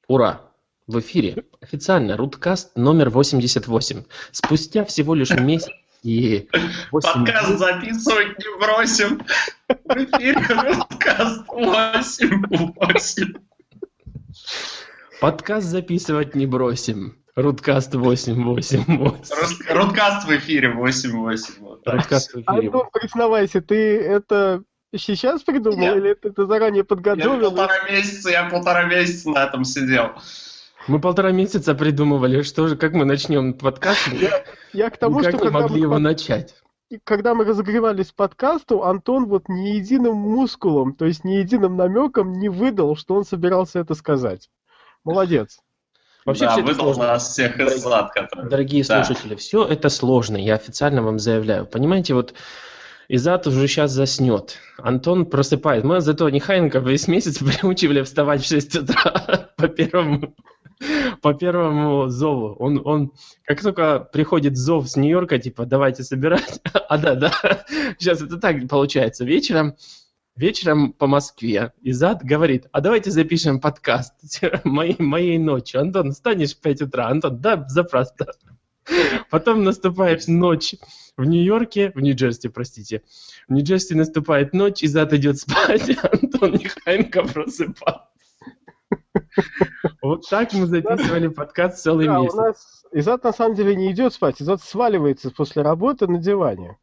Ура! В эфире официально Руткаст номер 88. Спустя всего лишь месяц и 8 Подкаст дней. записывать не бросим. В эфире Руткаст 88. Подкаст записывать не бросим. Руткаст 888. Руткаст в эфире 88. Вот так. Руткаст в эфире. Антон, признавайся, ты это сейчас придумал Нет. или ты заранее Я подготовил? полтора месяца на этом сидел. Мы 1,5 месяца придумывали, что же, как мы начнем подкаст. Я к тому, Никак что не могли его начать. когда мы разогревались к подкасту, Антон вот ни единым мускулом, то есть ни единым намеком не выдал, что он собирался это сказать. Молодец. Вообще Да, все это выдал сложно. нас всех из зад, которые... Дорогие Да. слушатели, все это сложно, я официально вам заявляю. Понимаете, вот Изат уже сейчас заснет, Антон просыпает. Мы зато Нехайенко весь месяц приучивали вставать в 6 утра по первому зову. Он как только приходит зов с Нью-Йорка, типа, давайте собирать. Да, сейчас это так получается. Вечером по Москве Изат говорит, а давайте запишем подкаст моей ночью. Антон, встанешь в 5 утра? Антон, да, запросто. Потом наступает ночь в Нью-Йорке, в Нью-Джерси, простите. В Нью-Джерси наступает ночь, Изат идет спать, Антон Нехайенко просыпается. Вот так мы записывали подкаст целый Да, месяц. у нас Изат на самом деле не идет спать, Изат сваливается после работы на диване.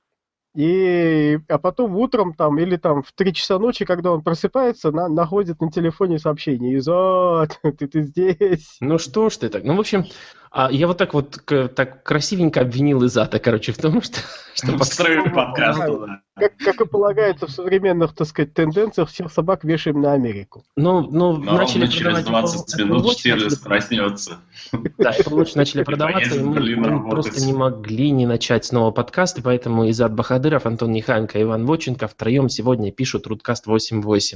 А потом утром там, или там в 3 часа ночи, когда он просыпается, находит на телефоне сообщение: «Изат, ты здесь?» Ну что ж ты так? Ну, в общем, я вот так красивенько обвинил Изата, короче, в том, что В строе подкаста, да. Как и полагается в современных, так сказать, тенденциях, всех собак вешаем на Америку. Ну, Но начали ровно через продавать 20 Apple минут Watch, Штирлиц проснется. Да, Apple Watch начали продаваться, и поедет в Берлин мы работать. просто не могли не начать снова подкаст, и поэтому Изат Бахадыров, Антон Нехайенко и Иван Воченко втроем сегодня пишут Руткаст 88.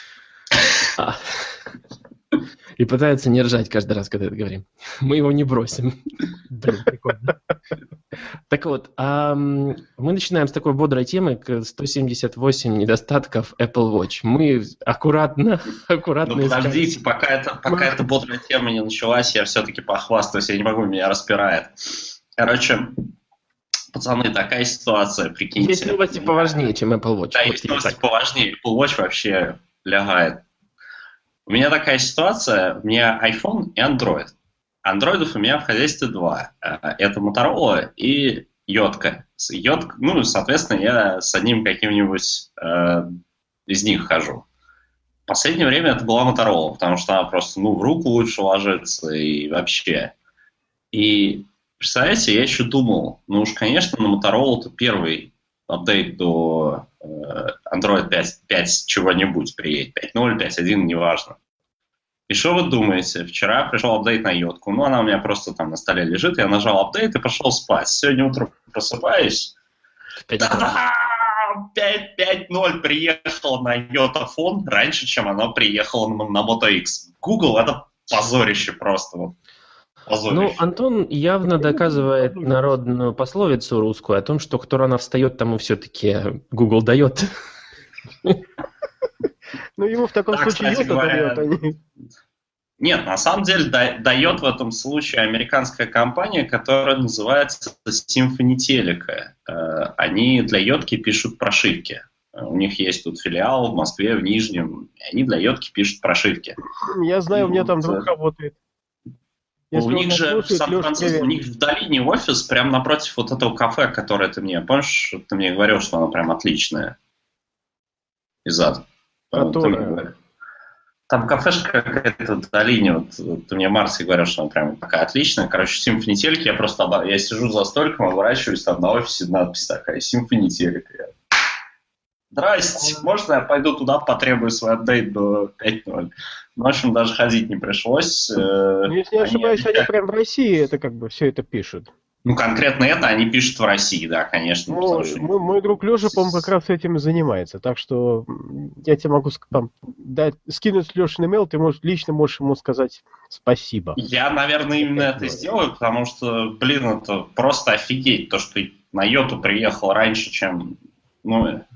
И пытаются не ржать каждый раз, когда это говорим. Мы его не бросим. Блин, прикольно. Так вот, мы начинаем с такой бодрой темы, 178 недостатков Apple Watch. Мы аккуратно Ну искали. подождите, пока эта бодрая тема не началась, я все-таки похвастаюсь, я не могу, меня распирает. Короче, пацаны, такая ситуация, прикиньте. Есть новости поважнее, чем Apple Watch. Да, Вот есть или новости так. поважнее. Apple Watch вообще лягает. У меня такая ситуация, у меня iPhone и Android. Андроидов у меня в хозяйстве 2. Это Motorola и Йотка. Ну, соответственно, я с одним каким-нибудь из них хожу. В последнее время это была Motorola, потому что она просто, в руку лучше ложится и вообще. И, представляете, я еще думал, уж, конечно, на Motorola-то первый апдейт до Android 5 чего-нибудь приедет. 5.0, 5.1, неважно. И что вы думаете? Вчера пришел апдейт на Йотку. Она у меня просто там на столе лежит. Я нажал апдейт и пошел спать. Сегодня утром просыпаюсь. Да-да! 5.0 приехало на Йотафон раньше, чем оно приехало на Moto X. Google — это позорище просто. Вот. Позорище. Антон явно доказывает народную пословицу русскую о том, что кто рано встает, тому все-таки Google дает. Ему в таком Так, случае кстати Йота говоря, дает. Нет, на самом деле дает в этом случае американская компания, которая называется Symphony Teleco. Они для Йотки пишут прошивки. У них есть тут филиал в Москве, в Нижнем, и они для Йотки пишут прошивки. Я знаю, у меня там друг работает. У них же в Сан-Франциско, у них в долине офис, прямо напротив вот этого кафе, которое помнишь, ты мне говорил, что оно прям отличное. Изад. Там кафешка какая-то в долине, вот ты мне Марси говорил, что она прям такая отличная. Короче, Symphony Teleco, я сижу за столиком, оборачиваюсь, там на офисе надпись такая: Symphony Teleco. Здрасте, можно я пойду туда, потребую свой апдейт до 5.0? В общем, даже ходить не пришлось. Если не ошибаюсь, они прям в России это как бы все это пишут. Конкретно это они пишут в России, да, конечно. Мой друг Леша, по-моему, как раз этим и занимается. Так что я тебе могу скинуть Лешин имейл, ты лично можешь ему сказать спасибо. Я, наверное, именно это сделаю, потому что, это просто офигеть, то, что на Йоту приехал раньше, чем...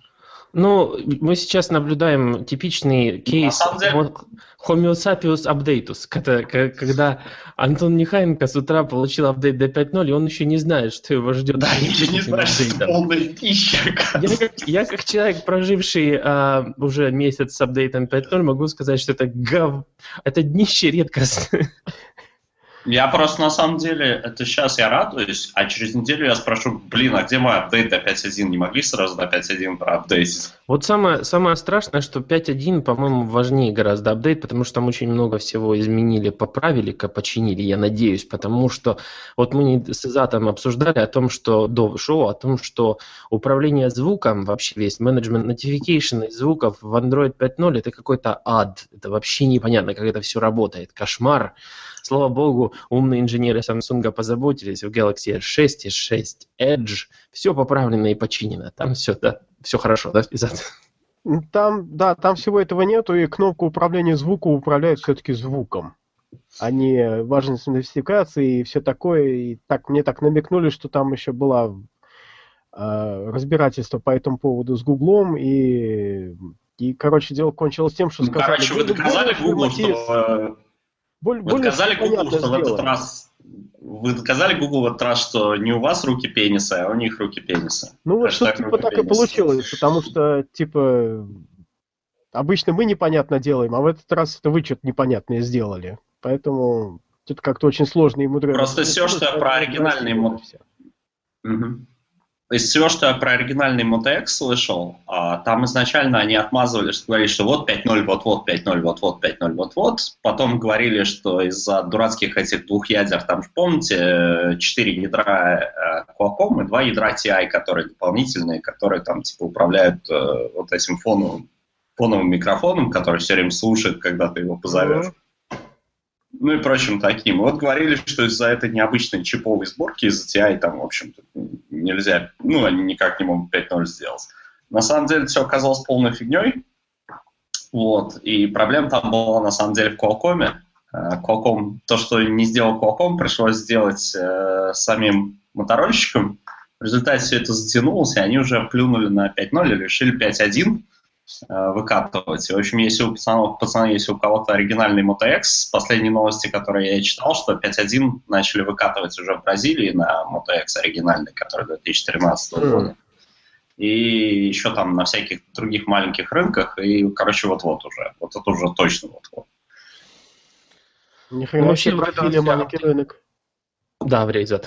Ну, мы сейчас наблюдаем типичный кейс самом деле- Homo sapiens updatus, когда Антон Нехайенко с утра получил апдейт до 5.0, и он еще не знает, что его ждет. Да, я не знаю, что это полная пища. Я как человек, проживший уже месяц с апдейтом 5.0, могу сказать, что это днище редкостное. Я просто, на самом деле, это сейчас я радуюсь, а через неделю я спрошу, а где мой апдейт до 5.1? Не могли сразу до 5.1 проапдейтить? Вот самое страшное, что 5.1, по-моему, важнее гораздо апдейт, потому что там очень много всего изменили, поправили, починили, я надеюсь, потому что вот мы с Изатом обсуждали о том, что до шоу, о том, что управление звуком, вообще весь менеджмент notification звуков в Android 5.0 это какой-то ад, это вообще непонятно, как это все работает, кошмар. Слава богу, умные инженеры Samsung позаботились, в Galaxy S6, S6 Edge, все поправлено и починено. Там все, да, все хорошо, да, Изат? Там всего этого нету, и кнопка управления звуком управляет все-таки звуком, а не важность нотификации и все такое. И мне так намекнули, что там еще было разбирательство по этому поводу с Гуглом, и короче, дело кончилось тем, что сказали... Короче, вы доказали Гуглу, что... Вы доказали Google, что в этот раз... Вы доказали Google в этот раз, что не у вас руки пениса, а у них руки пениса. Ну вот что типа так и получилось, потому что типа обычно мы непонятно делаем, а в этот раз это вы что-то непонятное сделали. Поэтому это как-то очень сложно и мудро. Просто все, что я про оригинальный Из всего, что я про оригинальный MotoX слышал, там изначально они отмазывались, говорили, что вот 5.0, вот-вот, 5.0, вот-вот, 5.0, вот-вот. Потом говорили, что из-за дурацких этих двух ядер, там же, помните, 4 ядра Qualcomm и 2 ядра TI, которые дополнительные, которые там типа управляют вот этим фоновым микрофоном, который все время слушает, когда ты его позовешь. Ну и прочим таким. Вот говорили, что из-за этой необычной чиповой сборки, из-за TI там, в общем-то, нельзя, они никак не могут 5.0 сделать. На самом деле все оказалось полной фигней. Вот. И проблема там была, на самом деле, в Qualcomm. Qualcomm, то, что не сделал Qualcomm, пришлось сделать самим моторольщикам. В результате все это затянулось, и они уже плюнули на 5.0 и решили 5.1 выкатывать. В общем, если у пацаны, если у кого-то оригинальный MotoX, последние новости, которые я читал, что 5.1 начали выкатывать уже в Бразилии на MotoX оригинальный, который 2013 года. И еще там на всяких других маленьких рынках. И, короче, вот-вот уже. Вот это уже точно вот-вот. Ни хрена себе Бразилия маленький рынок. Да, Изат.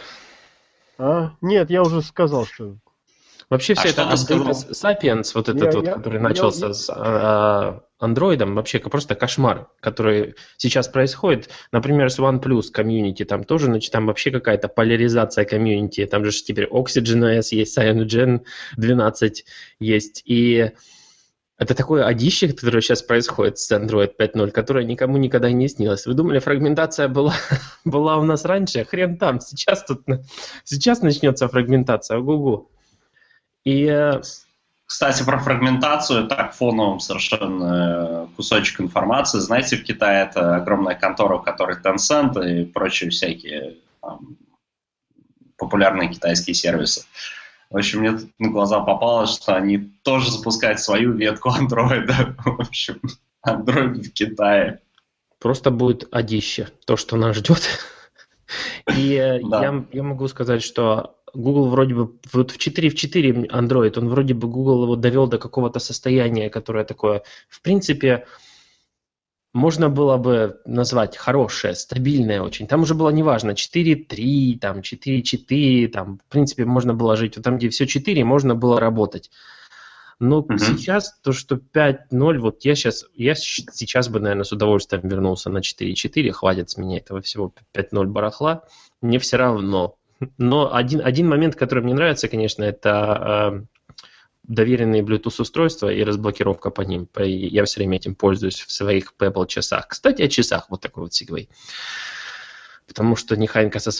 Нет, я уже сказал, что... Вообще вся эта Sapiens, вот этот который начался с андроидом, вообще просто кошмар, который сейчас происходит. Например, с OnePlus комьюнити, там тоже, там вообще какая-то поляризация комьюнити. Там же теперь OxygenOS есть, CyanogenOS 12 есть. И это такое одище, которое сейчас происходит с Android 5.0, которое никому никогда не снилось. Вы думали, фрагментация была у нас раньше? Хрен там, сейчас начнется фрагментация, ого-го. И, кстати, про фрагментацию, так, фоновым совершенно кусочек информации. Знаете, в Китае это огромная контора, у которой Tencent и прочие всякие популярные китайские сервисы. В общем, мне тут на глаза попалось, что они тоже запускают свою ветку андроида. В общем, андроид в Китае. Просто будет одище, то, что нас ждет. И я могу сказать, что Google вроде бы вот в 4.4 Android, он вроде бы Google его довел до какого-то состояния, которое такое, в принципе, можно было бы назвать хорошее, стабильное очень. Там уже было неважно, 4.3, там 4.4, там, в принципе, можно было жить. Вот там, где все 4, можно было работать. Но сейчас то, что 5.0, вот я сейчас бы, наверное, с удовольствием вернулся на 4.4, хватит с меня этого всего 5.0 барахла, мне все равно. Но один момент, который мне нравится, конечно, это доверенные Bluetooth устройства и разблокировка по ним. Я все время этим пользуюсь в своих Pebble часах. Кстати, о часах вот такой вот сегвей. Потому что Нехайенко со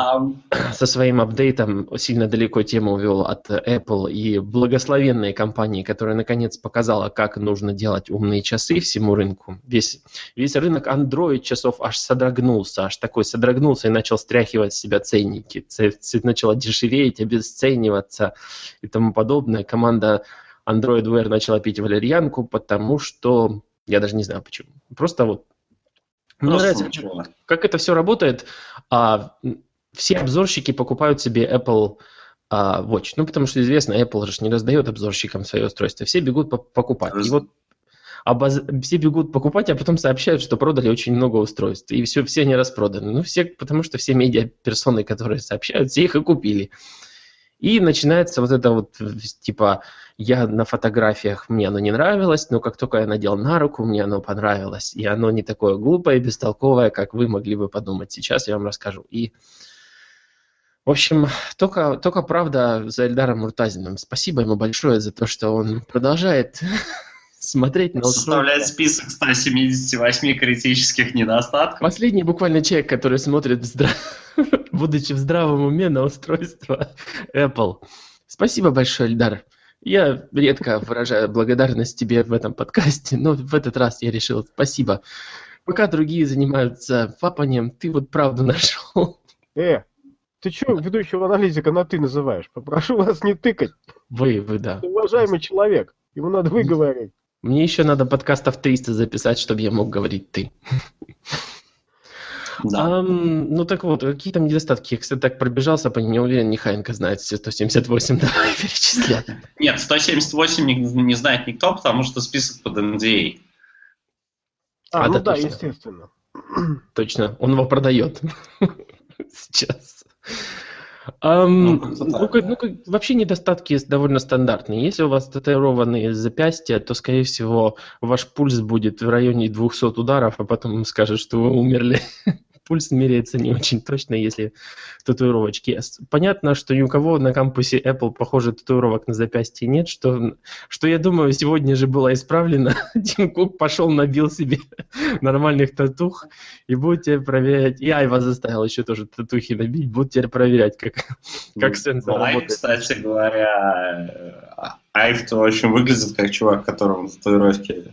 своим апдейтом сильно далеко тему увел от Apple и благословенной компании, которая наконец показала, как нужно делать умные часы всему рынку. Весь рынок Android часов аж содрогнулся и начал стряхивать с себя ценники. Начало дешеветь, обесцениваться и тому подобное. Команда Android Wear начала пить валерьянку, потому что... Я даже не знаю почему. Просто вот... Мне нравится, как это все работает. Все обзорщики покупают себе Apple Watch. Ну, потому что известно, Apple же не раздает обзорщикам свои устройства. Все бегут покупать. И вот все бегут покупать, а потом сообщают, что продали очень много устройств. И все они распроданы. Ну, потому что все медиаперсоны, которые сообщают, все их и купили. И начинается вот это вот, типа, я на фотографиях, мне оно не нравилось, но как только я надел на руку, мне оно понравилось. И оно не такое глупое и бестолковое, как вы могли бы подумать. Сейчас я вам расскажу. И, в общем, только правда за Эльдаром Муртазиным. Спасибо ему большое за то, что он продолжает смотреть на устройство. Составляет список 178 критических недостатков. Последний буквально человек, который смотрит, будучи в здравом уме, на устройство Apple. Спасибо большое, Эльдар. Я редко выражаю благодарность тебе в этом подкасте, но в этот раз я решил спасибо. Пока другие занимаются фапанием, ты вот правду нашел. Ты что ведущего аналитика на «ты» называешь? Попрошу вас не тыкать. Вы, да. Уважаемый человек, ему надо «вы» говорить. Мне еще надо подкастов 300 записать, чтобы я мог говорить «ты». Да. Ну так вот, какие там недостатки? Я, кстати, так пробежался, не уверен, Нехаенко знает все 178, давай перечислять. Нет, 178 не знает никто, потому что список под NDA. Ну да, точно. естественно. Точно, он его продает сейчас. Вообще недостатки довольно стандартные. Если у вас татуированные запястья, то, скорее всего, ваш пульс будет в районе 200 ударов, а потом скажет, что вы умерли. Пульс меряется не очень точно, если татуировочки. Понятно, что ни у кого на кампусе Apple, похоже, татуировок на запястье нет, что я думаю, сегодня же было исправлено. Тим Кук пошел, набил себе нормальных татух, и будете проверять. И Айва заставил еще тоже татухи набить, будут теперь проверять, как сенсор работает. Кстати говоря, Айв-то очень выглядит как чувак, которому татуировки...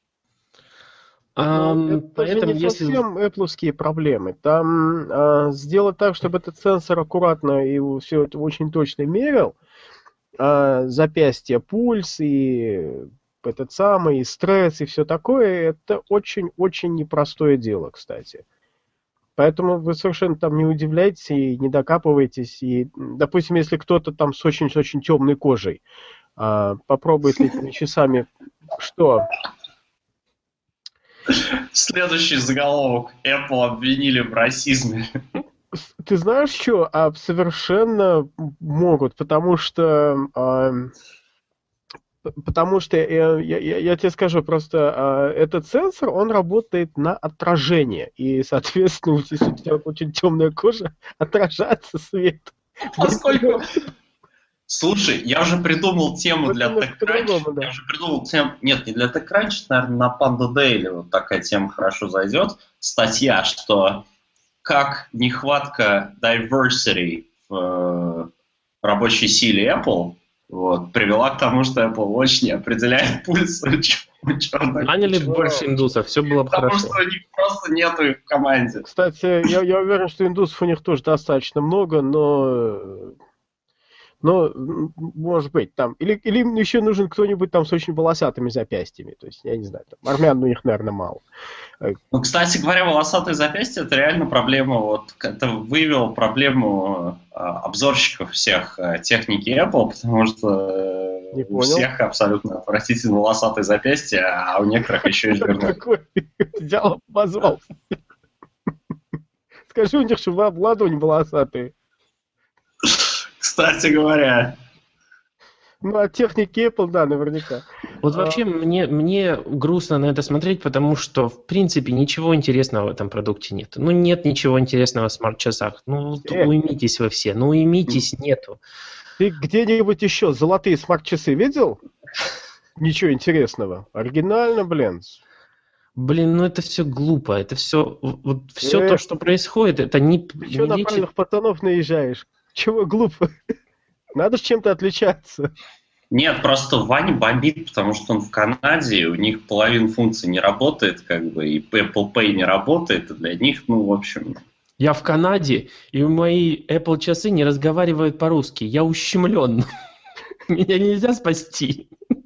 Это же не совсем Apple-овские проблемы. Там сделать так, чтобы этот сенсор аккуратно и все это очень точно мерил, запястье, пульс и этот самый, и стресс, и все такое, это очень-очень непростое дело, кстати. Поэтому вы совершенно там не удивляйтесь и не докапываетесь. И, допустим, если кто-то там с очень-очень темной кожей попробует этими часами... Что? Следующий заголовок. Apple обвинили в расизме. Ты знаешь что? Совершенно могут, потому что я тебе скажу просто, этот сенсор, он работает на отражение. И, соответственно, если у тебя очень темная кожа, отражается свет. Поскольку... Слушай, я уже придумал тему для TechCrunch. Да. Я уже придумал тему... Нет, не для TechCrunch, наверное, на Panda Daily вот такая тема хорошо зайдет. Статья, что как нехватка diversity в рабочей силе Apple привела к тому, что Apple Watch не определяет пульс ученых. Наняли больше индусов, все было бы хорошо. Потому что у них просто нету их в команде. Кстати, я уверен, что индусов у них тоже достаточно много, но, может быть, там... Или им еще нужен кто-нибудь там с очень волосатыми запястьями. То есть, я не знаю, там, армян у них, наверное, мало. Ну, кстати говоря, волосатые запястья — это реально проблема. Это выявило проблему обзорщиков всех техники Apple, потому что у всех абсолютно отвратительно волосатые запястья, а у некоторых еще и жирные. Взял, позвал. Скажи у них, что вы ладони волосатые. Кстати говоря. Ну, от техники Apple, да, наверняка. Вот вообще мне грустно на это смотреть, потому что, в принципе, ничего интересного в этом продукте нет. Ну, нет ничего интересного в смарт-часах. Ну, уймитесь вы все. Ну, уймитесь, нету. Ты где-нибудь еще золотые смарт-часы видел? Ничего интересного. Оригинально, блин. Блин, ну это все глупо. Это все... Вот все то, что происходит, это не... Еще на правильных пацанов наезжаешь. Чего глупо? Надо же чем-то отличаться. Нет, просто Ваня бомбит, потому что он в Канаде, и у них половина функций не работает, как бы, и Apple Pay не работает, и для них, ну, в общем... Я в Канаде, и мои Apple часы не разговаривают по-русски. Я ущемлен. Меня нельзя спасти.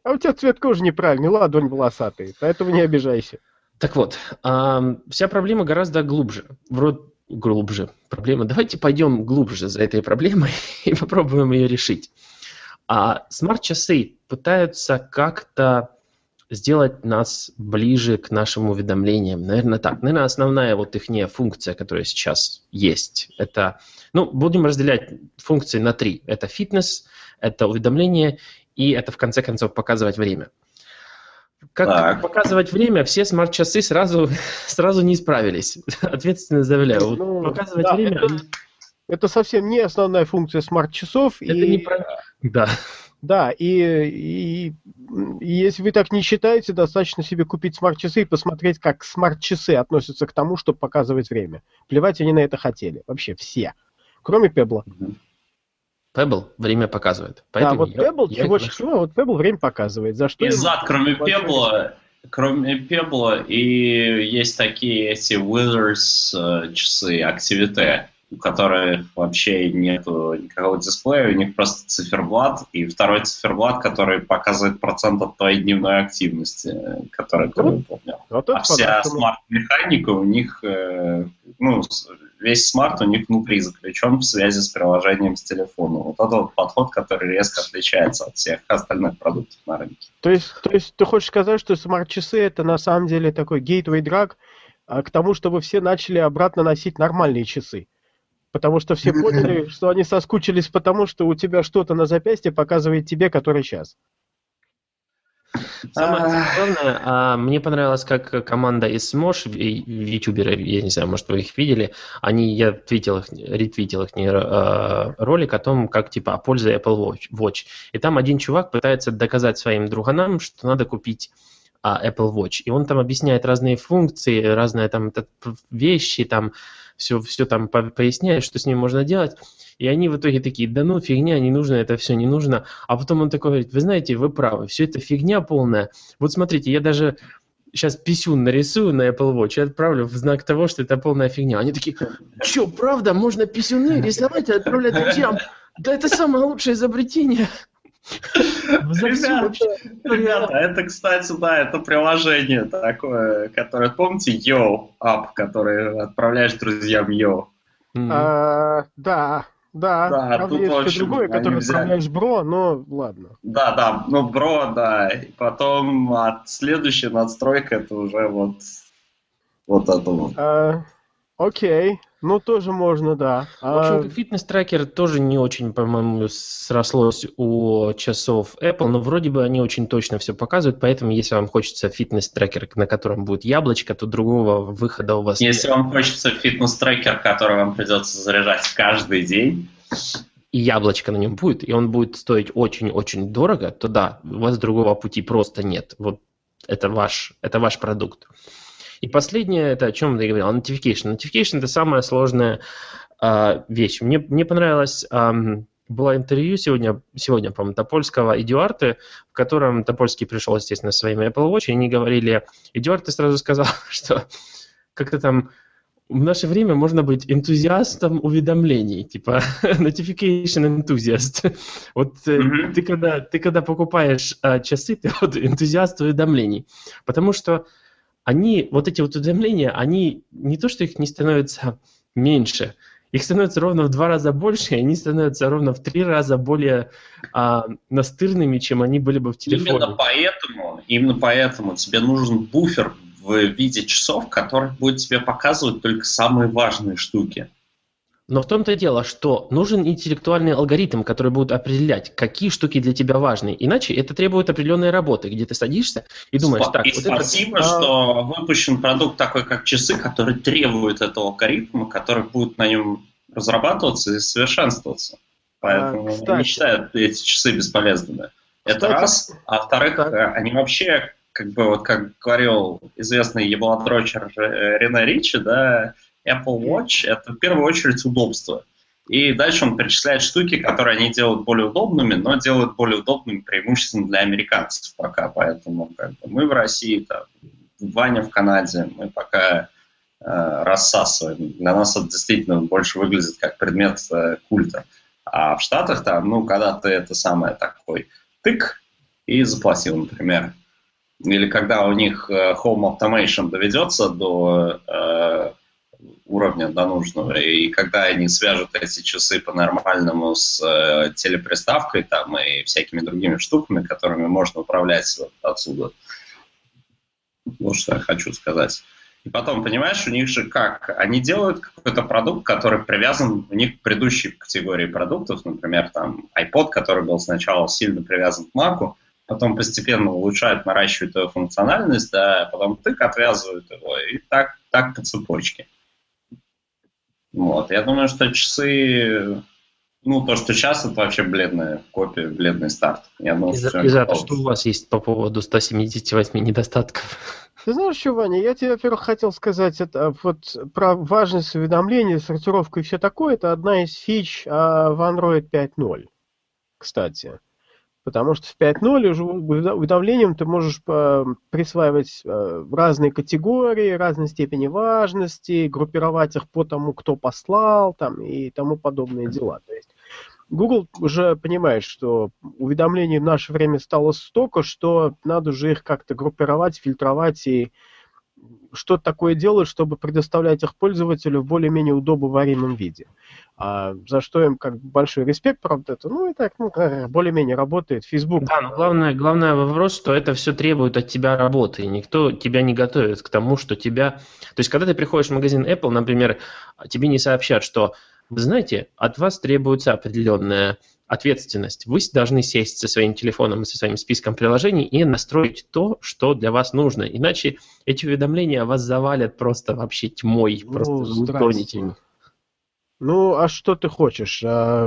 А у тебя цвет кожи неправильный, ладонь волосатый, поэтому не обижайся. Так вот, вся проблема гораздо глубже. Глубже. Проблема. Давайте пойдем глубже за этой проблемой и попробуем ее решить. Смарт-часы пытаются как-то сделать нас ближе к нашим уведомлениям. Наверное, так. Наверное, основная вот их функция, которая сейчас есть, это, будем разделять функции на 3. Это фитнес, это уведомление и это, в конце концов, показывать время. Как показывать время, все смарт-часы сразу не справились. Ответственно заявляю. Показывать время... Это совсем не основная функция смарт-часов. Это не про... Да. Да, и если вы так не считаете, достаточно себе купить смарт-часы и посмотреть, как смарт-часы относятся к тому, чтобы показывать время. Плевать они на это хотели. Вообще все. Кроме Pebble. Pebble время показывает. Да, вот Pebble, вот Pebble время показывает. За что кроме Pebble и есть такие эти Withers часы, Activity, у которых вообще нету никакого дисплея, у них просто циферблат, и второй циферблат, который показывает процент от твоей дневной активности, которую ты выполнил. Вся смарт-механика у них, весь смарт у них внутри заключен в связи с приложением с телефоном. Вот это вот подход, который резко отличается от всех остальных продуктов на рынке. То есть ты хочешь сказать, что смарт-часы это на самом деле такой gateway drug к тому, чтобы все начали обратно носить нормальные часы? Потому что все поняли, что они соскучились потому, что у тебя что-то на запястье показывает тебе, который час. Самое главное, мне понравилось, как команда из Smosh, ютуберы, я не знаю, может, вы их видели, я ретвитил их ролик о том, как, о пользе Apple Watch. И там один чувак пытается доказать своим друганам, что надо купить Apple Watch. И он там объясняет разные функции, разные там вещи, там все там поясняет, что с ним можно делать. И они в итоге такие, да фигня, не нужно, это все не нужно. А потом он такой говорит, вы знаете, вы правы, все это фигня полная. Вот смотрите, я даже сейчас писюн нарисую на Apple Watch и отправлю в знак того, что это полная фигня. Они такие, что, правда, можно писюны рисовать и отправлять друзьям? Да это самое лучшее изобретение. Ребята, это, кстати, это приложение такое, которое, помните, Yo App, который отправляешь друзьям Yo? Да, тут есть другое, которое отправляешь Бро, но ладно. Да, Бро, да, и потом следующая настройка, это уже вот это вот. Окей, тоже можно, да. В общем, фитнес-трекер тоже не очень, по-моему, срослось у часов Apple, но вроде бы они очень точно все показывают, поэтому если вам хочется фитнес-трекер, на котором будет яблочко, то другого выхода у вас нет. Если вам хочется фитнес-трекер, который вам придется заряжать каждый день, и яблочко на нем будет, и он будет стоить очень-очень дорого, то да, у вас другого пути просто нет. Вот это ваш продукт. И последнее, это о чем я говорил, notification. Notification – это самая сложная вещь. Мне понравилось, было интервью сегодня, по-моему, Топольского и Дюарте, в котором Топольский пришел, естественно, со своим Apple Watch, и они говорили, и Дюарте сразу сказал, что как-то там в наше время можно быть энтузиастом уведомлений, notification enthusiast. Вот ты когда покупаешь часы, ты энтузиаст уведомлений, потому что эти уведомления, они не то, что их не становится меньше, их становится ровно в 2 раза больше, и они становятся ровно в 3 раза более настырными, чем они были бы в телефоне. Именно поэтому тебе нужен буфер в виде часов, который будет тебе показывать только самые важные штуки. Но в том-то и дело, что нужен интеллектуальный алгоритм, который будет определять, какие штуки для тебя важны. Иначе это требует определенной работы, где ты садишься и думаешь, спасибо, что выпущен продукт такой, как часы, который требует этого алгоритма, который будет на нем разрабатываться и совершенствоваться. Поэтому я не считаю эти часы бесполезными. Это раз. А во-вторых, они вообще, как говорил известный еблодрочер Рене Ричи, Apple Watch – это в первую очередь удобство. И дальше он перечисляет штуки, которые они делают более удобными, но делают более удобными преимущественно для американцев пока. Поэтому мы в России, Ваня в Канаде, мы пока рассасываем. Для нас это действительно больше выглядит как предмет культа. А в Штатах, когда ты такой тык, и заплатил, например. Или когда у них Home Automation доведется до уровня, до нужного, и когда они свяжут эти часы по-нормальному с телеприставкой там, и всякими другими штуками, которыми можно управлять вот отсюда. Вот что я хочу сказать. И потом, понимаешь, у них же как? Они делают какой-то продукт, который привязан у них к предыдущей категории продуктов, например, там iPod, который был сначала сильно привязан к Mac'у, потом постепенно улучшают, наращивают его функциональность, да, потом отвязывают его, и так по цепочке. Вот. Я думаю, что часы, то, что сейчас, это вообще бледная копия, бледный старт. Я думаю, Иза, что у вас есть по поводу 178 недостатков? Ты знаешь что, Ваня, я тебе, во-первых, хотел сказать, это вот про важность уведомлений, сортировку и все такое, это одна из фич в Android 5.0, кстати. Потому что в 5.0 уже уведомлением ты можешь присваивать разные категории, разной степени важности, группировать их по тому, кто послал, там, и тому подобные дела. То есть Google уже понимает, что уведомлений в наше время стало столько, что надо уже их как-то группировать, фильтровать и что-то такое делать, чтобы предоставлять их пользователю в более-менее удобоваримом виде. За что им как большой респект, правда, это, более-менее работает. Facebook. Да, но главное вопрос, что это все требует от тебя работы, и никто тебя не готовит к тому, что тебя... То есть, когда ты приходишь в магазин Apple, например, тебе не сообщат, что, вы знаете, от вас требуется определенная ответственность. Вы должны сесть со своим телефоном и со своим списком приложений и настроить то, что для вас нужно. Иначе эти уведомления вас завалят просто вообще тьмой, просто утонете. А что ты хочешь?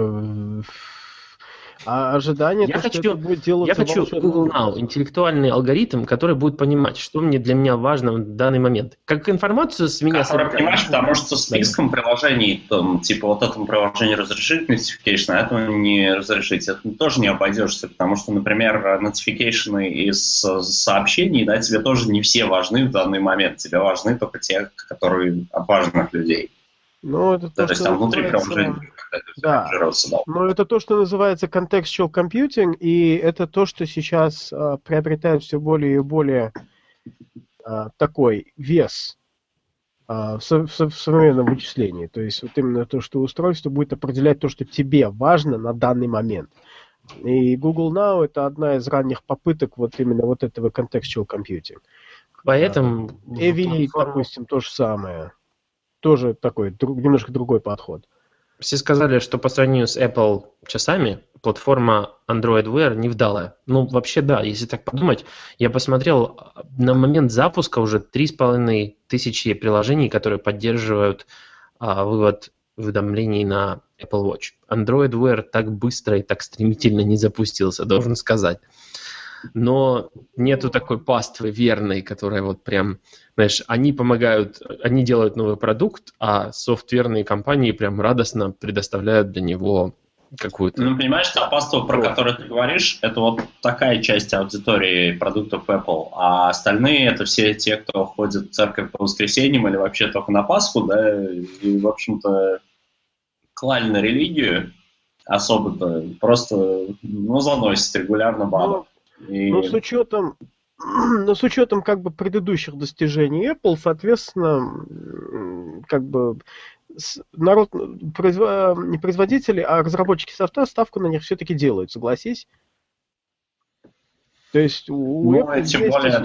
Ожидание, что это будет делаться... Я хочу Google Now, интеллектуальный алгоритм, который будет понимать, что для меня важно в данный момент. Как информацию с меня... Понимаешь, потому что со списком приложений, там, типа вот этому приложению разрешить notification, а этому не разрешить. Это тоже не обойдешься, потому что, например, notification из сообщений, да, тебе тоже не все важны в данный момент. Тебе важны только те, которые от важных людей. Это то, есть там внутри приложения. Да. Это то, что называется contextual computing, и это то, что сейчас приобретает все более и более такой вес в современном вычислении. То есть вот именно то, что устройство будет определять то, что тебе важно на данный момент. И Google Now это одна из ранних попыток вот именно вот этого contextual computing. Поэтому... Эвили, допустим, то же самое. Тоже такой немножко другой подход. Все сказали, что по сравнению с Apple часами платформа Android Wear невдалая. Вообще да, если так подумать, я посмотрел, на момент запуска уже 3500 приложений, которые поддерживают вывод уведомлений на Apple Watch. Android Wear так быстро и так стремительно не запустился, должен сказать. Но нету такой паствы верной, которая вот прям, знаешь, они помогают, они делают новый продукт, а софтверные компании прям радостно предоставляют для него какую-то... понимаешь, та паства, про которую ты говоришь, это вот такая часть аудитории продуктов Apple, а остальные это все те, кто ходит в церковь по воскресеньям или вообще только на Пасху, да, и, в общем-то, клали на религию особо-то просто, заносит регулярно банок. С учетом как бы предыдущих достижений Apple, соответственно, как бы не производители, а разработчики софта ставку на них все-таки делают, согласись? То есть у Apple тем более,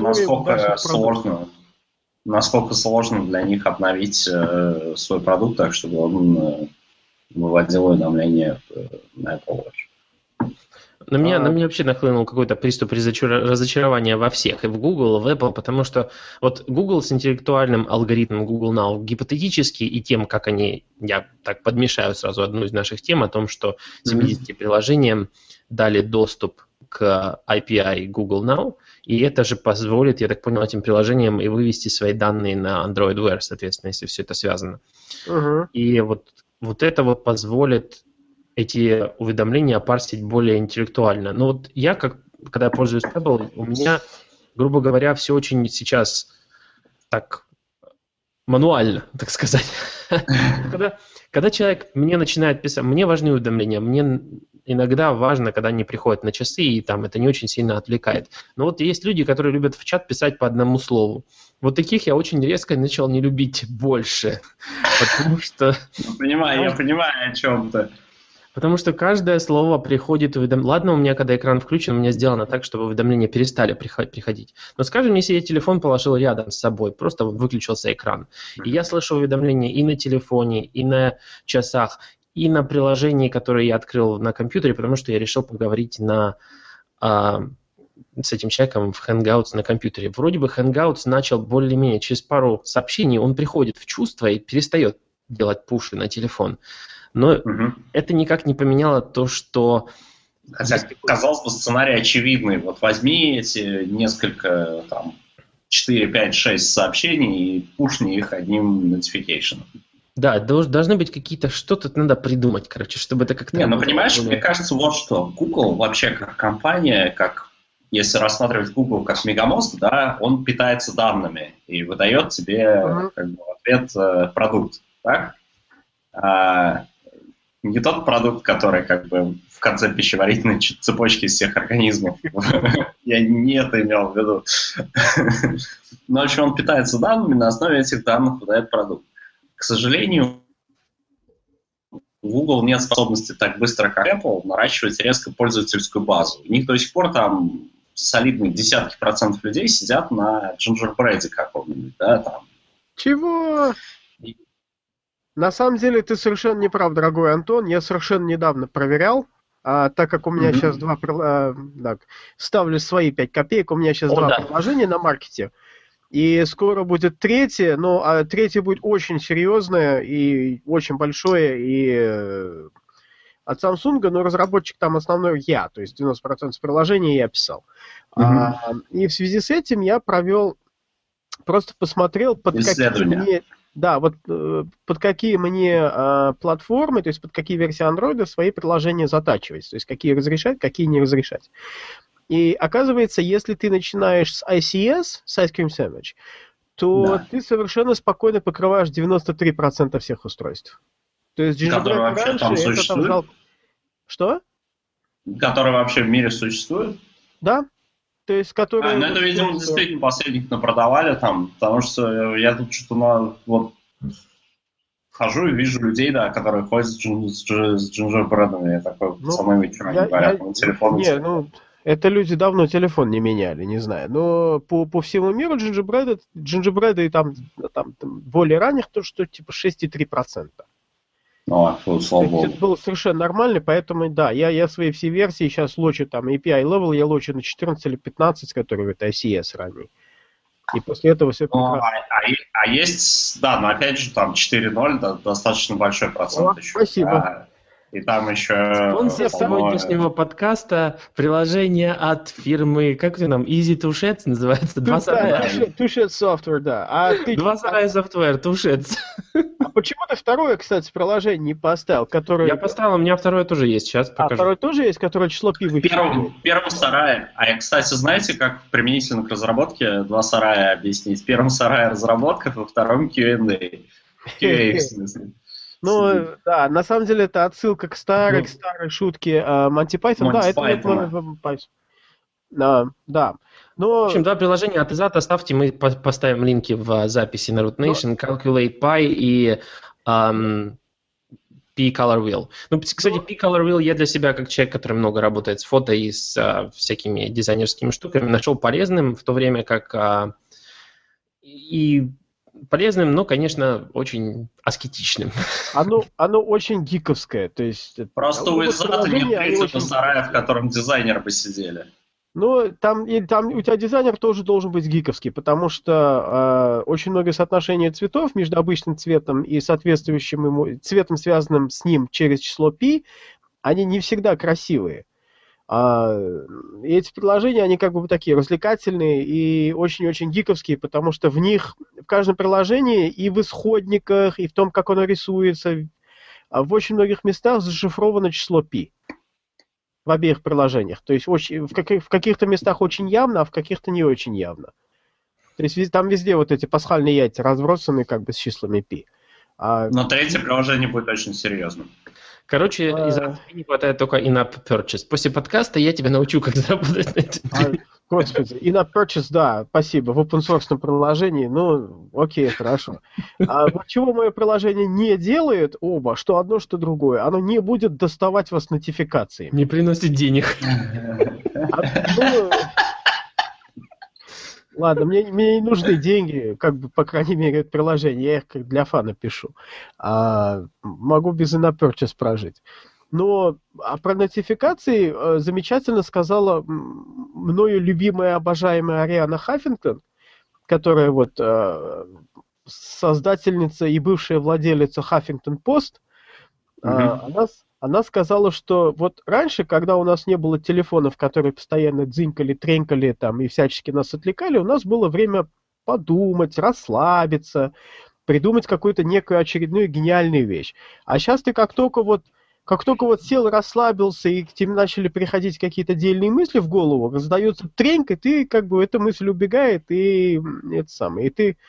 насколько сложно для них обновить свой продукт так, чтобы он выводил уведомления на Apple Watch. На меня вообще нахлынул какой-то приступ разочарования во всех, и в Google, и в Apple, потому что вот Google с интеллектуальным алгоритмом Google Now гипотетически и тем, как они, я так подмешаю сразу одну из наших тем о том, что 70 приложениям дали доступ к API Google Now, и это же позволит, я так понял, этим приложениям и вывести свои данные на Android Wear, соответственно, если все это связано. И вот это вот позволит эти уведомления парсить более интеллектуально. Я, когда я пользуюсь Apple, у меня, грубо говоря, все очень сейчас так мануально, так сказать. Когда человек мне начинает писать, мне важны уведомления, мне иногда важно, когда они приходят на часы, и там это не очень сильно отвлекает. Но вот есть люди, которые любят в чат писать по одному слову. Вот таких я очень резко начал не любить больше, потому что... Я понимаю о чем-то. Потому что каждое слово приходит уведомление. Ладно, у меня, когда экран включен, у меня сделано так, чтобы уведомления перестали приходить. Но скажем, если я телефон положил рядом с собой, просто выключился экран, и я слышу уведомления и на телефоне, и на часах, и на приложении, которое я открыл на компьютере, потому что я решил поговорить с этим человеком в Hangouts на компьютере. Вроде бы Hangouts начал более-менее через пару сообщений, он приходит в чувство и перестает делать пуши на телефон. Но это никак не поменяло то, что... Хотя, казалось бы, сценарий очевидный. Вот возьми эти несколько, 4, 5, 6 сообщений и пушни их одним notification. Да, должны быть какие-то... Что-то надо придумать, чтобы это как-то... Понимаешь, мне кажется, вот что. Google вообще как компания, если рассматривать Google как мегамозг, да, он питается данными и выдает тебе в ответ продукт. Так? Не тот продукт, который в конце пищеварительной цепочки из всех организмов. Я не это имел в виду. Но в общем, он питается данными, на основе этих данных выдает продукт. К сожалению, у Google нет способности так быстро, как Apple, наращивать резко пользовательскую базу. У них до сих пор там солидные десятки процентов людей сидят на Gingerbread каком-нибудь, да, там. Чего? На самом деле ты совершенно не прав, дорогой Антон. Я совершенно недавно проверял, так как у меня сейчас ставлю свои 5 копеек, у меня сейчас два приложения на маркете, и скоро будет третье, но третье будет очень серьезное и очень большое, и от Samsung, но разработчик там основной я, то есть 90% приложений я писал. И в связи с этим я просто посмотрел, под какие мне платформы, то есть под какие версии Android свои приложения затачивать, то есть какие разрешать, какие не разрешать. И оказывается, если ты начинаешь с ICS, с Ice Cream Sandwich, то ты совершенно спокойно покрываешь 93% всех устройств. То есть Который вообще там существует? Что? Который вообще в мире существует? Да. То есть, которые... это, видимо, действительно последних напродавали там, потому что я тут что-то хожу и вижу людей, да, которые ходят с джинджербредами. Я такой, пацаны, вы что, они говорят, на телефон. Это люди давно телефон не меняли, не знаю. Но по всему миру джинджербреды там более ранних, то что типа 6,3%. Слава богу. Это было совершенно нормально, поэтому, да, я свои все версии сейчас лочу, там, API level, я лочу на 14 или 15, который это ICS ранний. И после этого все прекрасно. Есть, да, но опять же, там 4.0, достаточно большой процент еще. Спасибо. И там еще... Спонсор сегодняшнего подкаста — приложение от фирмы, как это нам, Easy to Sheds называется? Два сарая. To Shed Software, да. Два сарая software, to Sheds. А почему ты второе, кстати, приложение не поставил, которое... Я поставил, у меня второе тоже есть, сейчас покажу. Второе тоже есть, которое число пи В первом сарае. Кстати, знаете, как применительно к разработке два сарая объяснить? В первом сарае разработка, во втором Q&A. QA, в смысле. Да, на самом деле это отсылка к старой шутке Monty Python. Да, это Python. Да. В общем, два приложения от Изата ставьте, мы поставим линки в записи на Root Nation, Calculate Pi и P-Color Wheel. Кстати, P-Color Wheel я для себя, как человек, который много работает с фото и с всякими дизайнерскими штуками, нашел полезным, в то время как и полезным, но, конечно, очень аскетичным. Оно очень гиковское. То есть, просто у Изата нет третьего сарая, в котором дизайнеры бы сидели. Там у тебя дизайнер тоже должен быть гиковский, потому что очень много соотношения цветов между обычным цветом и соответствующим ему цветом, связанным с ним через число π, они не всегда красивые. И эти приложения, они как бы такие развлекательные и очень-очень гиковские, потому что в каждом приложении и в исходниках, и в том, как оно рисуется, в очень многих местах зашифровано число π. В обеих приложениях. То есть в каких-то местах очень явно, а в каких-то не очень явно. То есть там везде вот эти пасхальные яйца разбросаны как бы с числами π. Но третье приложение будет очень серьезным. Короче, из-за не хватает только in-app purchase. После подкаста я тебя научу, как заработать на этом. Господи, in-app purchase, да, спасибо, в open-source приложении, ну, окей, хорошо. Вот чего мое приложение не делает, оба, что одно, что другое, оно не будет доставать вас нотификации. Не приносит денег. Ладно, мне не нужны деньги, как бы, по крайней мере, от приложения, я их как для фана пишу. Могу без in-app purchase прожить. Но про нотификации замечательно сказала мною любимая, обожаемая Ариана Хаффингтон, которая вот создательница и бывшая владелица Huffington Post. Она сказала, что вот раньше, когда у нас не было телефонов, которые постоянно дзынькали, тренькали там и всячески нас отвлекали, у нас было время подумать, расслабиться, придумать какую-то некую очередную гениальную вещь. А сейчас ты как только вот сел, расслабился, и к тебе начали приходить какие-то дельные мысли в голову, раздается тренька, ты как бы эта мысль убегает, и это самое, и ты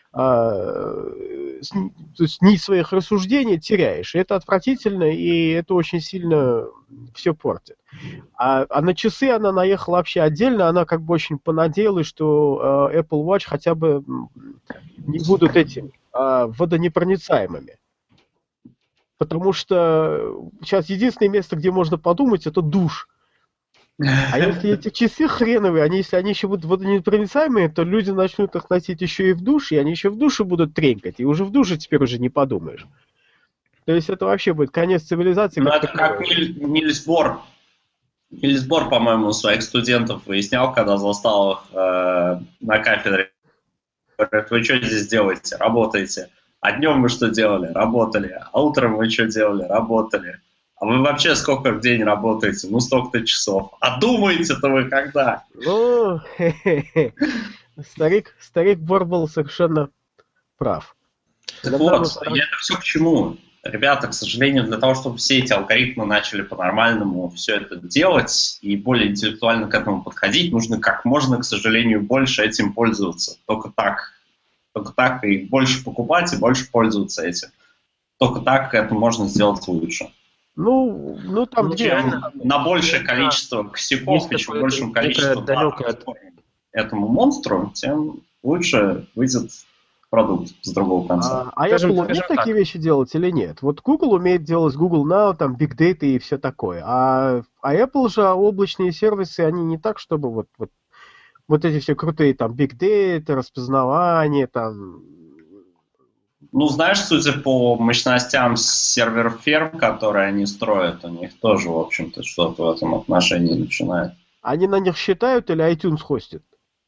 нить своих рассуждений теряешь. И это отвратительно, и это очень сильно все портит. А на часы она наехала вообще отдельно, она как бы очень понадеялась, что Apple Watch хотя бы не будут водонепроницаемыми. Потому что сейчас единственное место, где можно подумать, это душ. А если эти часы хреновые, если они еще будут водонепроницаемые, то люди начнут их носить еще и в душе, и они еще в душе будут тренькать, и уже в душе теперь уже не подумаешь. То есть это вообще будет конец цивилизации. Ну, это как Нильс Бор. Нильс Бор, по-моему, своих студентов выяснял, когда застал их на кафедре. Говорят, вы что здесь делаете? Работаете. А днем вы что делали? Работали. А утром вы что делали? Работали. А вы вообще сколько в день работаете? Ну, столько-то часов. А думаете-то вы когда? Ну, старик Бор был совершенно прав. Так вот, я это все к чему? Ребята, к сожалению, для того, чтобы все эти алгоритмы начали по-нормальному все это делать и более интеллектуально к этому подходить, нужно как можно, к сожалению, больше этим пользоваться. Только так и больше покупать, и больше пользоваться этим. Только так это можно сделать лучше. Ну там чем на большее количество косяков и чем большим количеством этому монстру, тем лучше выйдет продукт с другого конца. А Apple умеет такие вещи делать или нет? Вот Google умеет делать Google Now, там Big Data и все такое. А Apple же облачные сервисы, они не так, чтобы вот эти все крутые там Big Data, распознавание, там... Ну, знаешь, судя по мощностям сервер-ферм, которые они строят, у них тоже, в общем-то, что-то в этом отношении начинает. Они на них считают или iTunes хостит?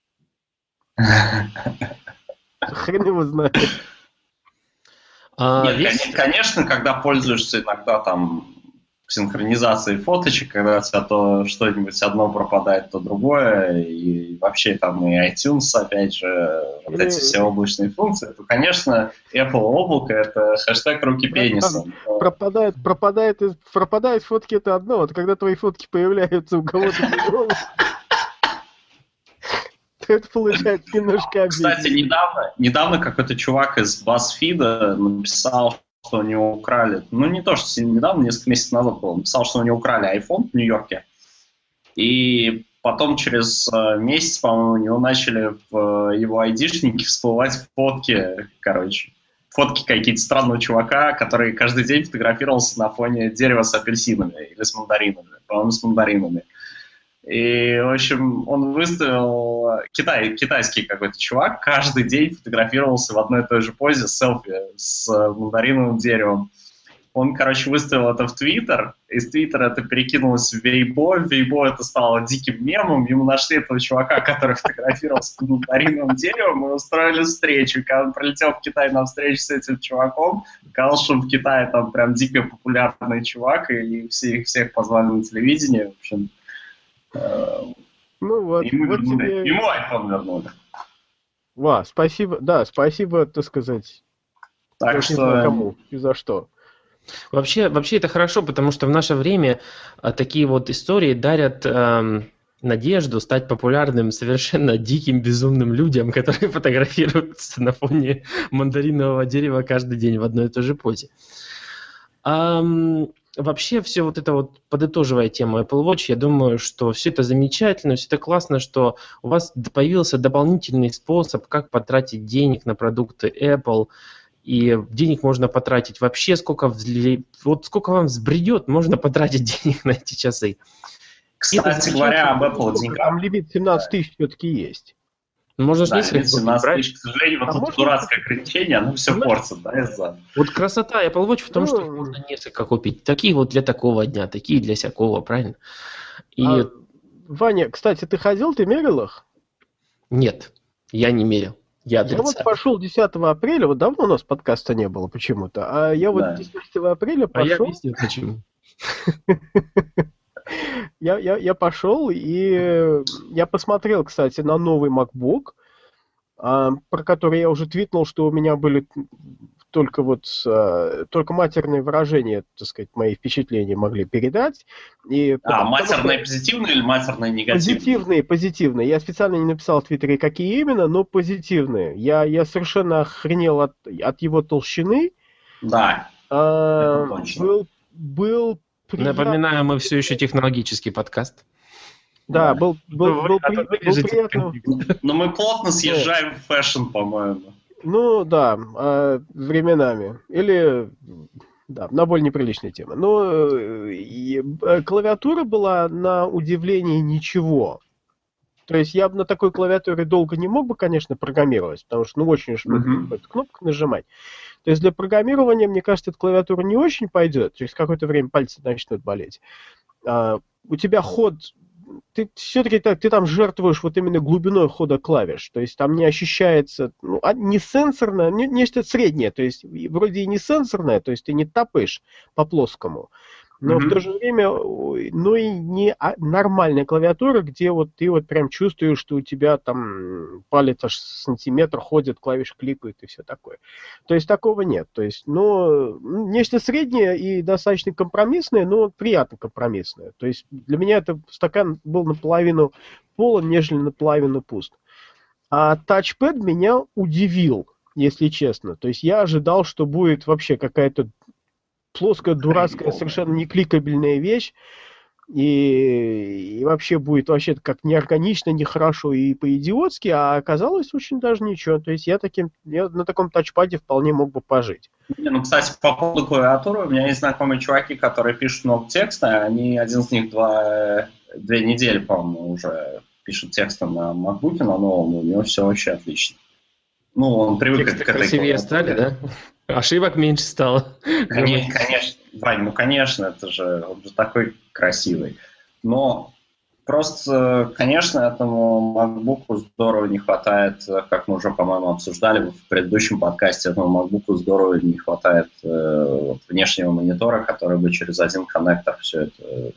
Хрен его знает. Нет, конечно, когда пользуешься иногда там синхронизацией фоточек, когда у тебя то что-нибудь одно пропадает, то другое, и вообще там и iTunes, опять же, вот эти все облачные функции, то, конечно, Apple облако — это хэштег руки пениса. Пропадают фотки — это одно, вот когда твои фотки появляются у кого-то другого, это получается немножко обидно. Кстати, недавно какой-то чувак из BuzzFeed написал, что у него украли, ну не то, что недавно, несколько месяцев назад было, написал, что у него украли iPhone в Нью-Йорке, и потом через месяц, по-моему, у него начали в его айдишнике всплывать фотки какие-то странного чувака, который каждый день фотографировался на фоне дерева с апельсинами или с мандаринами, по-моему, с мандаринами. И, в общем, он выставил... Китайский какой-то чувак каждый день фотографировался в одной и той же позе, селфи с мандариновым деревом. Он, выставил это в Твиттер, из Твиттера это перекинулось в Weibo, в Weibo это стало диким мемом, ему нашли этого чувака, который фотографировался с мандариновым деревом, и устроили встречу. Когда он прилетел в Китай на встречу с этим чуваком, сказал, что в Китае там прям дико популярный чувак, и всех позвали на телевидение, в общем... Ну вот, ему iPhone вернули. Спасибо, так сказать. Так что... Кому и за что. Вообще это хорошо, потому что в наше время такие вот истории дарят надежду стать популярным совершенно диким, безумным людям, которые фотографируются на фоне мандаринового дерева каждый день в одной и той же позе. Вообще, все вот это вот, подытоживая тему Apple Watch, я думаю, что все это замечательно, все это классно, что у вас появился дополнительный способ, как потратить денег на продукты Apple, и денег можно потратить вообще, сколько вам взбредет, можно потратить денег на эти часы. Кстати говоря, об Apple деньгах. Там лимит 17 тысяч все-таки есть. Можно Да, несколько 17 тысяч, к сожалению, вот это дурацкое ограничение, оно все портит, да, из-за... Вот красота Apple Watch в том, что можно несколько купить. Такие вот для такого дня, такие для всякого, правильно? И... Ваня, кстати, ты мерил их? Нет, я не мерил. Я вот пошел 10 апреля, вот давно у нас подкаста не было почему-то, а я вот 10 апреля пошел... А я объясню, почему. Я пошел, и я посмотрел, кстати, на новый MacBook, про который я уже твитнул, что у меня были только матерные выражения, так сказать, мои впечатления могли передать. Матерные позитивные или матерные негативные? Позитивные. Я специально не написал в Твиттере, какие именно, но позитивные. Я совершенно охренел от его толщины. Да. Был приятно. Напоминаю, мы все еще технологический подкаст. Да, был приятно. Но мы плотно съезжаем в фэшн, по-моему. Ну, да, временами. Или, да, на более неприличные темы. Но клавиатура была, на удивление, ничего. То есть я бы на такой клавиатуре долго не мог бы, конечно, программировать, потому что, очень уж кнопку нажимать. То есть для программирования, мне кажется, эта клавиатура не очень пойдет. Через какое-то время пальцы начнут болеть. У тебя ход... Ты все-таки ты там жертвуешь вот именно глубиной хода клавиш. То есть там не ощущается... не сенсорное, нечто среднее. То есть вроде и не сенсорное, то есть ты не тапаешь по плоскому. Но в то же время, и не нормальная клавиатура, где вот ты вот прям чувствуешь, что у тебя там палец аж сантиметр ходит, клавиш кликают и все такое. То есть такого нет. То есть, нечто среднее и достаточно компромиссное, но приятно компромиссное. То есть для меня это стакан был наполовину полон, нежели наполовину пуст. А тачпэд меня удивил, если честно. То есть я ожидал, что будет вообще какая-то плоская, дурацкая, совершенно не кликабельная вещь, и вообще будет вообще как неорганично, нехорошо и по-идиотски, а оказалось очень даже ничего. То есть я на таком тачпаде вполне мог бы пожить. Кстати, по поводу клавиатуры, у меня есть знакомые чуваки, которые пишут много текста, один из них 2 недели, по-моему, уже пишет тексты на MacBook, на новом, у него все вообще отлично. Он привык к этой красивее стали, да? Ошибок меньше стало. Конечно, Вань, конечно, он же такой красивый. Но просто, конечно, этому MacBook'у здорово не хватает, как мы уже, по-моему, обсуждали в предыдущем подкасте, этому MacBook'у здорово не хватает внешнего монитора, который бы через один коннектор все это,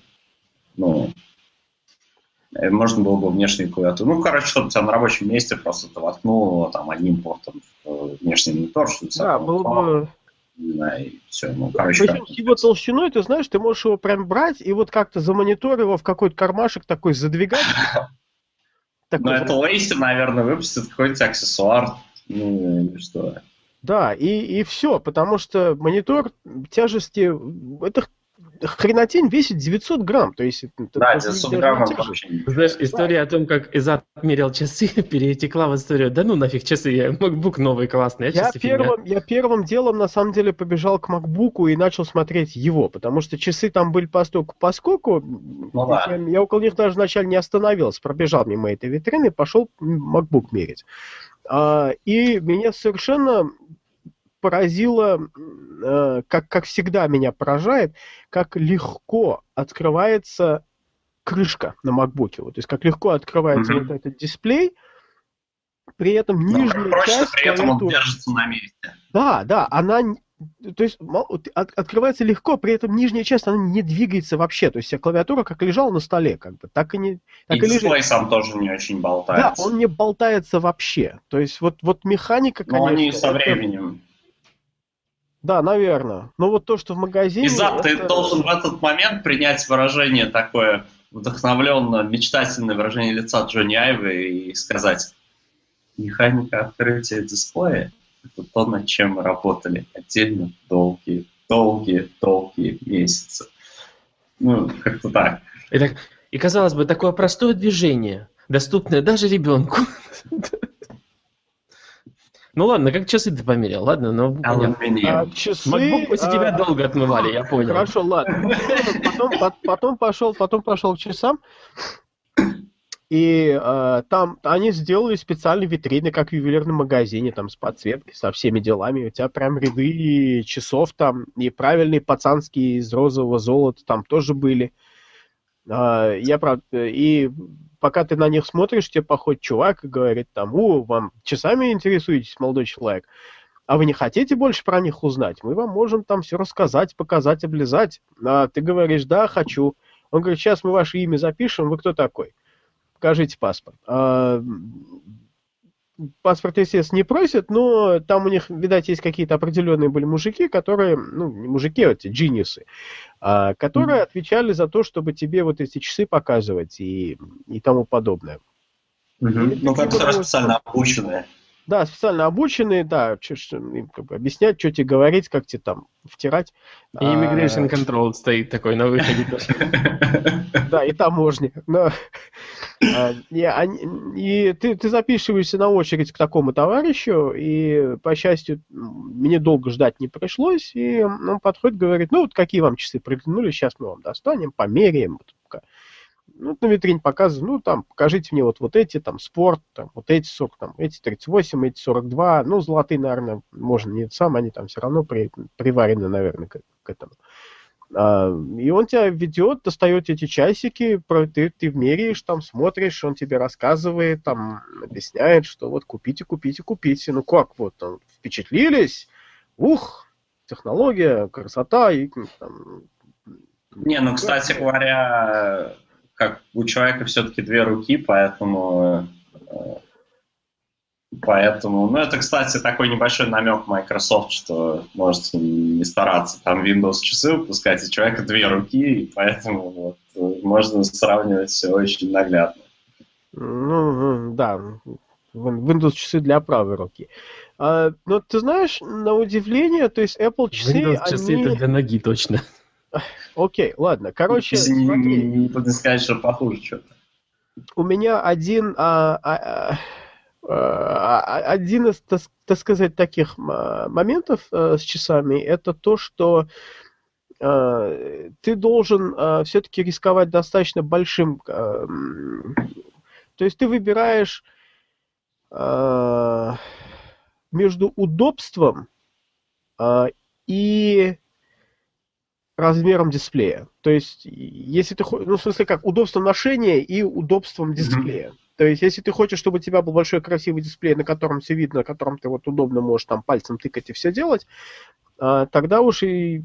можно было бы внешнюю клавиатуру. Чтобы у тебя на рабочем месте просто ты воткнул там одним портом в внешний монитор, что да, было бы... и все. Причем с его толщиной, ты знаешь, ты можешь его прям брать и вот как-то за монитор его в какой-то кармашек такой задвигать. Это Лейси, наверное, выпустит какой-нибудь аксессуар. Или что. Да, и все, потому что монитор тяжести... Это хренотень весит 900 грамм. То есть, 900 грамм вообще. Знаешь, история о том, как Изат мерил часы, перетекла в историю. Да нафиг часы, MacBook новый классный. Я первым делом, на самом деле, побежал к MacBook'у и начал смотреть его, потому что часы там были поскольку. Я около них даже вначале не остановился, пробежал мимо этой витрины, пошел MacBook мерить. И меня совершенно поразило, как всегда меня поражает, как легко открывается крышка на MacBook'е. То есть как легко открывается вот этот дисплей, при этом нижняя часть при этом он держится на месте. Да, она... То есть открывается легко, при этом нижняя часть, она не двигается вообще. То есть вся клавиатура как лежала на столе, так и не... И дисплей сам тоже не очень болтается. Да, он не болтается вообще. То есть вот механика, конечно... Но они со временем... Да, наверное. Но вот то, что в магазине... Изат, ты должен в этот момент принять выражение такое: вдохновленно мечтательное выражение лица Джонни Айви и сказать: механика открытия дисплея — это то, над чем мы работали отдельно долгие месяцы. Ну, как-то так. И казалось бы, такое простое движение, доступное даже ребенку. Ну ладно, как часы ты померял, ладно, но часы... MacBook после тебя долго отмывали, я понял. Хорошо, ладно. Потом пошел к часам, и там они сделали специальные витрины, как в ювелирном магазине, там с подсветкой, со всеми делами. У тебя прям ряды часов там, и правильные пацанские из розового золота там тоже были. И пока ты на них смотришь, тебе подходит чувак и говорит там: вам часами интересуетесь, молодой человек? А вы не хотите больше про них узнать? Мы вам можем там все рассказать, показать, облизать. А ты говоришь: да, хочу. Он говорит: сейчас мы ваше имя запишем, вы кто такой? Покажите паспорт. Паспорт, естественно, не просят, но там у них, видать, есть какие-то определенные были мужики, которые, не мужики, а эти джиниусы, которые отвечали за то, чтобы тебе вот эти часы показывать и тому подобное. Ну, которые специально обученные. Да, специально обученные, да, им как бы объяснять, что тебе говорить, как тебе там втирать. И Immigration Control стоит такой на выходе. Да, и таможня. И ты записываешься на очередь к такому товарищу, и, по счастью, мне долго ждать не пришлось, и он подходит, говорит: вот какие вам часы приглянули, сейчас мы вам достанем, померяем. На витрине показывают: там, покажите мне вот эти, там, спорт, там, вот эти 40, там, эти 38, эти 42, золотые, наверное, можно не сам, они там все равно приварены, наверное, к этому. И он тебя ведет, достает эти часики, ты меряешь, там, смотришь, он тебе рассказывает, там, объясняет, что вот купите. Ну как, вот, там, впечатлились? Технология, красота. И, там... Не, кстати говоря, как у человека все-таки две руки, поэтому, это, кстати, такой небольшой намек Microsoft, что можете не стараться там Windows часы выпускать, у человека две руки, и поэтому можно сравнивать все очень наглядно. Да, Windows часы для правой руки. Но ты знаешь, на удивление, то есть Apple часы, Windows часы это для ноги точно. Окей, ладно. Короче, не буду сказать, что похуже что-то. У меня один из, так сказать, таких моментов с часами, это то, что ты должен все-таки рисковать достаточно большим. То есть ты выбираешь между удобством и размером дисплея. То есть, если ты хочешь, в смысле как, удобством ношения и удобством дисплея. То есть, если ты хочешь, чтобы у тебя был большой красивый дисплей, на котором все видно, на котором ты вот удобно можешь там пальцем тыкать и все делать, тогда уж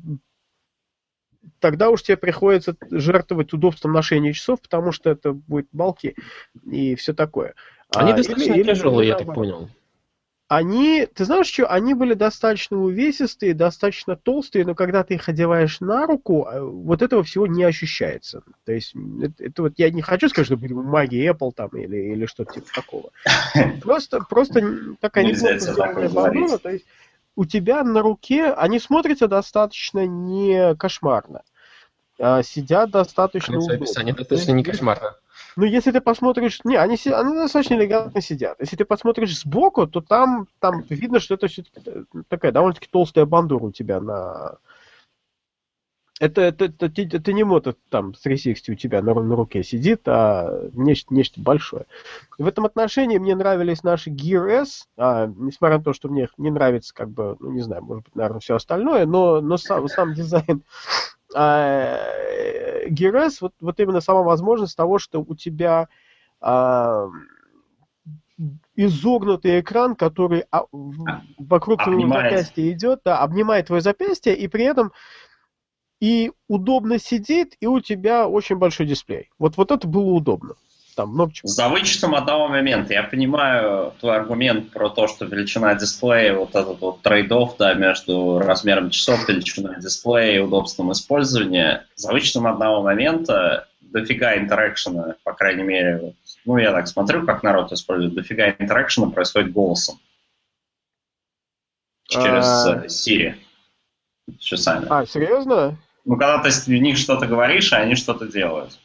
тебе приходится жертвовать удобством ношения часов, потому что это будет балки и все такое. Они достаточно тяжелые, я так понял. Ты знаешь что, они были достаточно увесистые, достаточно толстые, но когда ты их одеваешь на руку, вот этого всего не ощущается. То есть, это вот я не хочу сказать, что это магия Apple там или что-то типа такого. Просто такая неплохо сделанная бандура, то есть у тебя на руке, они смотрятся достаточно не кошмарно, сидят достаточно удобно. Описание достаточно не кошмарно. Если ты посмотришь... они достаточно элегантно сидят. Если ты посмотришь сбоку, то там видно, что это все-таки такая довольно-таки толстая бандура у тебя на... Это не мото там с 360 у тебя на руке сидит, а нечто большое. В этом отношении мне нравились наши Gear S, несмотря на то, что мне не нравится, как бы, не знаю, может быть, наверное, все остальное, но сам дизайн... Gear S, вот именно сама возможность того, что у тебя изогнутый экран, который вокруг твоего запястья идет, обнимает твое запястье, и при этом и удобно сидит, и у тебя очень большой дисплей. Вот это было удобно. Там много чего. За вычетом одного момента. Я понимаю твой аргумент про то, что величина дисплея, вот этот вот трейд-офф, между размером часов, величиной дисплея и удобством использования. За вычетом одного момента дофига интеракшена, по крайней мере, вот, ну, я так смотрю, как народ использует, дофига интеракшена происходит голосом. Через Siri. С часами. Серьезно? Ну, когда ты в них что-то говоришь, а они что-то делают.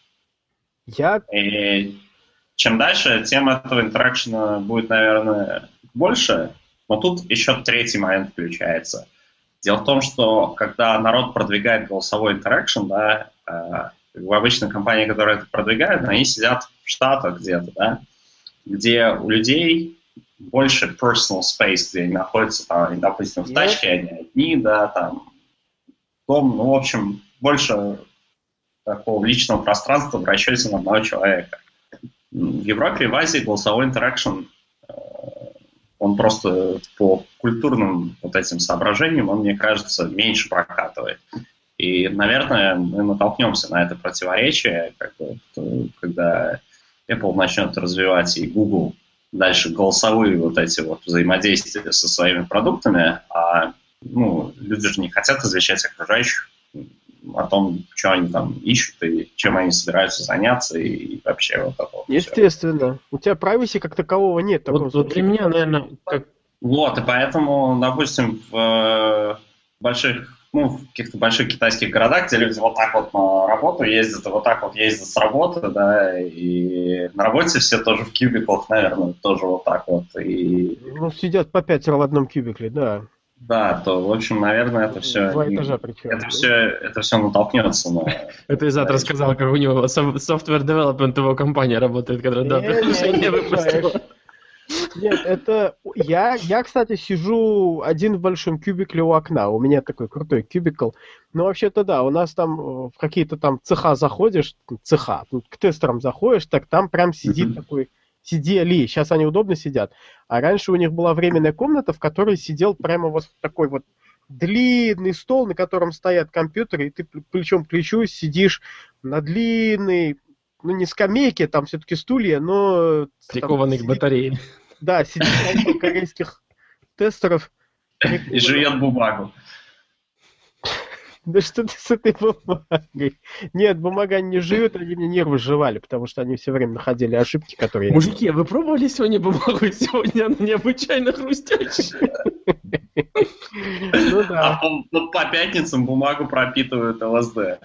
И чем дальше, тем этого интеракшена будет, наверное, больше. Но тут еще третий момент включается. Дело в том, что когда народ продвигает голосовой интеракшн, да, обычно компании, которые это продвигают, они сидят в Штатах где-то, да, где у людей больше personal space, где они находятся, там, допустим, в тачке, они одни, да, там, дом, ну, в общем, больше такого личного пространства в расчете на одного человека. В Европе и в Азии голосовой интеракшн, он просто по культурным вот этим соображениям, он, мне кажется, меньше прокатывает. И, наверное, мы натолкнемся на это противоречие, когда Apple начнет развивать и Google дальше голосовые вот эти вот взаимодействия со своими продуктами, а люди же не хотят извещать окружающих о том, что они там ищут и чем они собираются заняться и вообще вот это вот. Естественно. Все. У тебя privacy как такового нет. Вот для меня, наверное, как... Вот, и поэтому, допустим, в каких-то больших китайских городах, где люди вот так вот на работу ездят, и вот так вот ездят с работы, да, и на работе все тоже в кубиклах, наверное, тоже вот так вот. И... сидят по 5 в одном кубикле, да. Да, то, в общем, наверное, это все... Два этажа причем. Это все натолкнется на... Это Изат рассказал, как у него software development его компания работает, которая приложение выпустила. Нет, это... Я, кстати, сижу один в большом кубикле у окна. У меня такой крутой кубикл. Ну, вообще-то, да, у нас там в какие-то там цеха заходишь, к тестерам заходишь, так там прям сидит такой... Сидели, сейчас они удобно сидят. А раньше у них была временная комната, в которой сидел прямо вот такой вот длинный стол, на котором стоят компьютеры, и ты плечом к плечу сидишь на длинной, не скамейке, там все-таки стулья, но... Прикованный к батарее. Да, сидит корейских тестеров. И жует бумагу. Да что ты с этой бумагой? Нет, бумага не живет, они мне нервы жевали, потому что они все время находили ошибки, которые... Мужики, а вы пробовали сегодня бумагу? Сегодня она необычайно хрустящая. Ну да. По пятницам бумагу пропитывают ЛСД.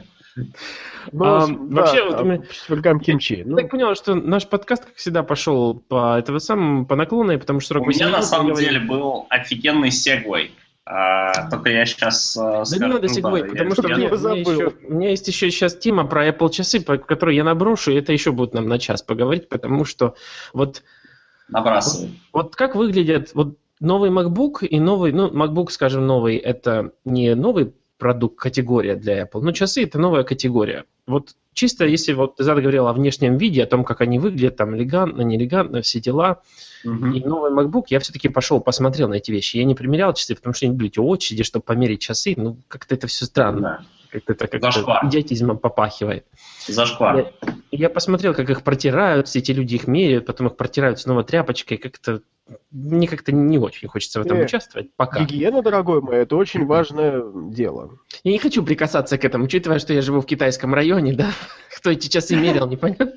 Вообще, вот кимчи. Я так понял, что наш подкаст, как всегда, пошел по наклонной, потому что... У меня, на самом деле, был офигенный сегвей. Только я сейчас скажу... Да не надо сегвей, потому что у меня есть еще сейчас тема про Apple часы, которую я наброшу, и это еще будет нам на час поговорить, потому что вот... Набрасывай. Вот как выглядят вот новый MacBook и новый... MacBook, скажем, новый, это не новый продукт, категория для Apple, но часы — это новая категория. Вот чисто, если вот ты говорил о внешнем виде, о том, как они выглядят, там, элегантно, неэлегантно, все дела... И новый MacBook, я все-таки пошел, посмотрел на эти вещи. Я не примерял часы, потому что я не люблю эти очереди, чтобы померить часы. Как-то это все странно. Как-то идиотизмом попахивает. Зашквар. Я посмотрел, как их протирают, все эти люди их меряют, потом их протирают снова тряпочкой. Мне как-то не очень хочется в этом участвовать пока. Гигиена, дорогой мой, это очень важное дело. Я не хочу прикасаться к этому, учитывая, что я живу в китайском районе, да? Кто эти часы мерил, непонятно.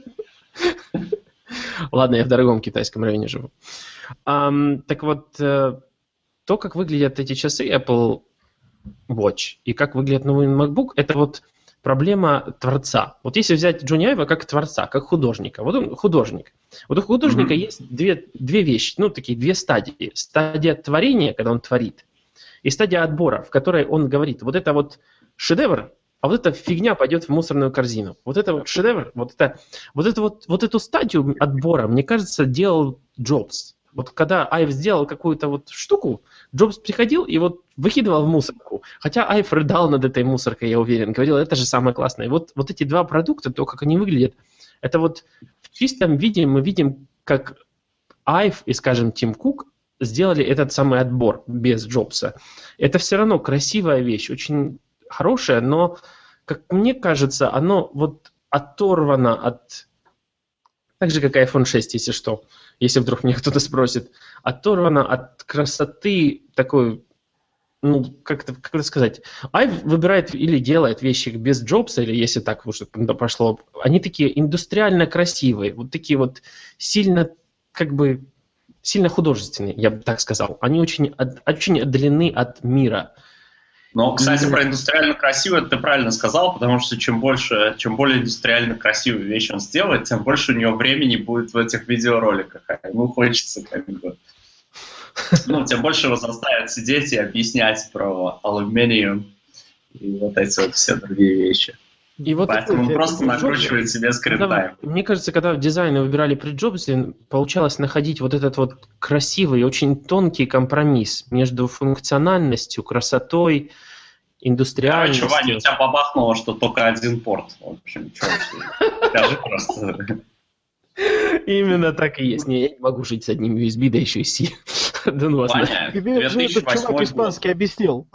Ладно, я в дорогом китайском районе живу. Так вот, то, как выглядят эти часы Apple Watch и как выглядит новый MacBook, это вот проблема творца. Вот если взять Джонни Айва как творца, как художника. Вот он художник. Вот у художника есть две вещи, такие две стадии. Стадия творения, когда он творит, и стадия отбора, в которой он говорит, вот это вот шедевр, а вот эта фигня пойдет в мусорную корзину. Вот это вот шедевр, вот эту стадию отбора, мне кажется, делал Джобс. Вот когда Айв сделал какую-то вот штуку, Джобс приходил и вот выкидывал в мусорку. Хотя Айв рыдал над этой мусоркой, я уверен, говорил, это же самое классное. И вот эти два продукта, то, как они выглядят, это вот в чистом виде мы видим, как Айв и, скажем, Тим Кук сделали этот самый отбор без Джобса. Это все равно красивая вещь, очень хорошее, но, как мне кажется, оно вот оторвано от... Так же, как iPhone 6, если что, если вдруг меня кто-то спросит. Оторвано от красоты такой ну, как это сказать, Айв выбирает или делает вещи без Джобса, или если так уж это пошло, они такие индустриально красивые, вот такие вот сильно, как бы, сильно художественные, я бы так сказал. Они очень отдалены от мира. Но, кстати, про индустриально красивое ты правильно сказал, потому что чем более индустриально красивую вещь он сделает, тем больше у него времени будет в этих видеороликах. А ему хочется как бы... Ну, тем больше его заставят сидеть и объяснять про алюминиум и вот эти вот все другие вещи. И вот поэтому он просто накручивает себе скрин-тайм. Мне кажется, когда в дизайне выбирали при Джобсе, получалось находить вот этот вот красивый, очень тонкий компромисс между функциональностью, красотой, индустриальностью. Короче, Ваня, у тебя бабахнуло, что только один порт. В общем, скажи просто... Именно так и есть. Не, я не могу жить с одним USB, да еще и C. Да ну вас. Ваня, Тебе же этот чувак испанский объяснил.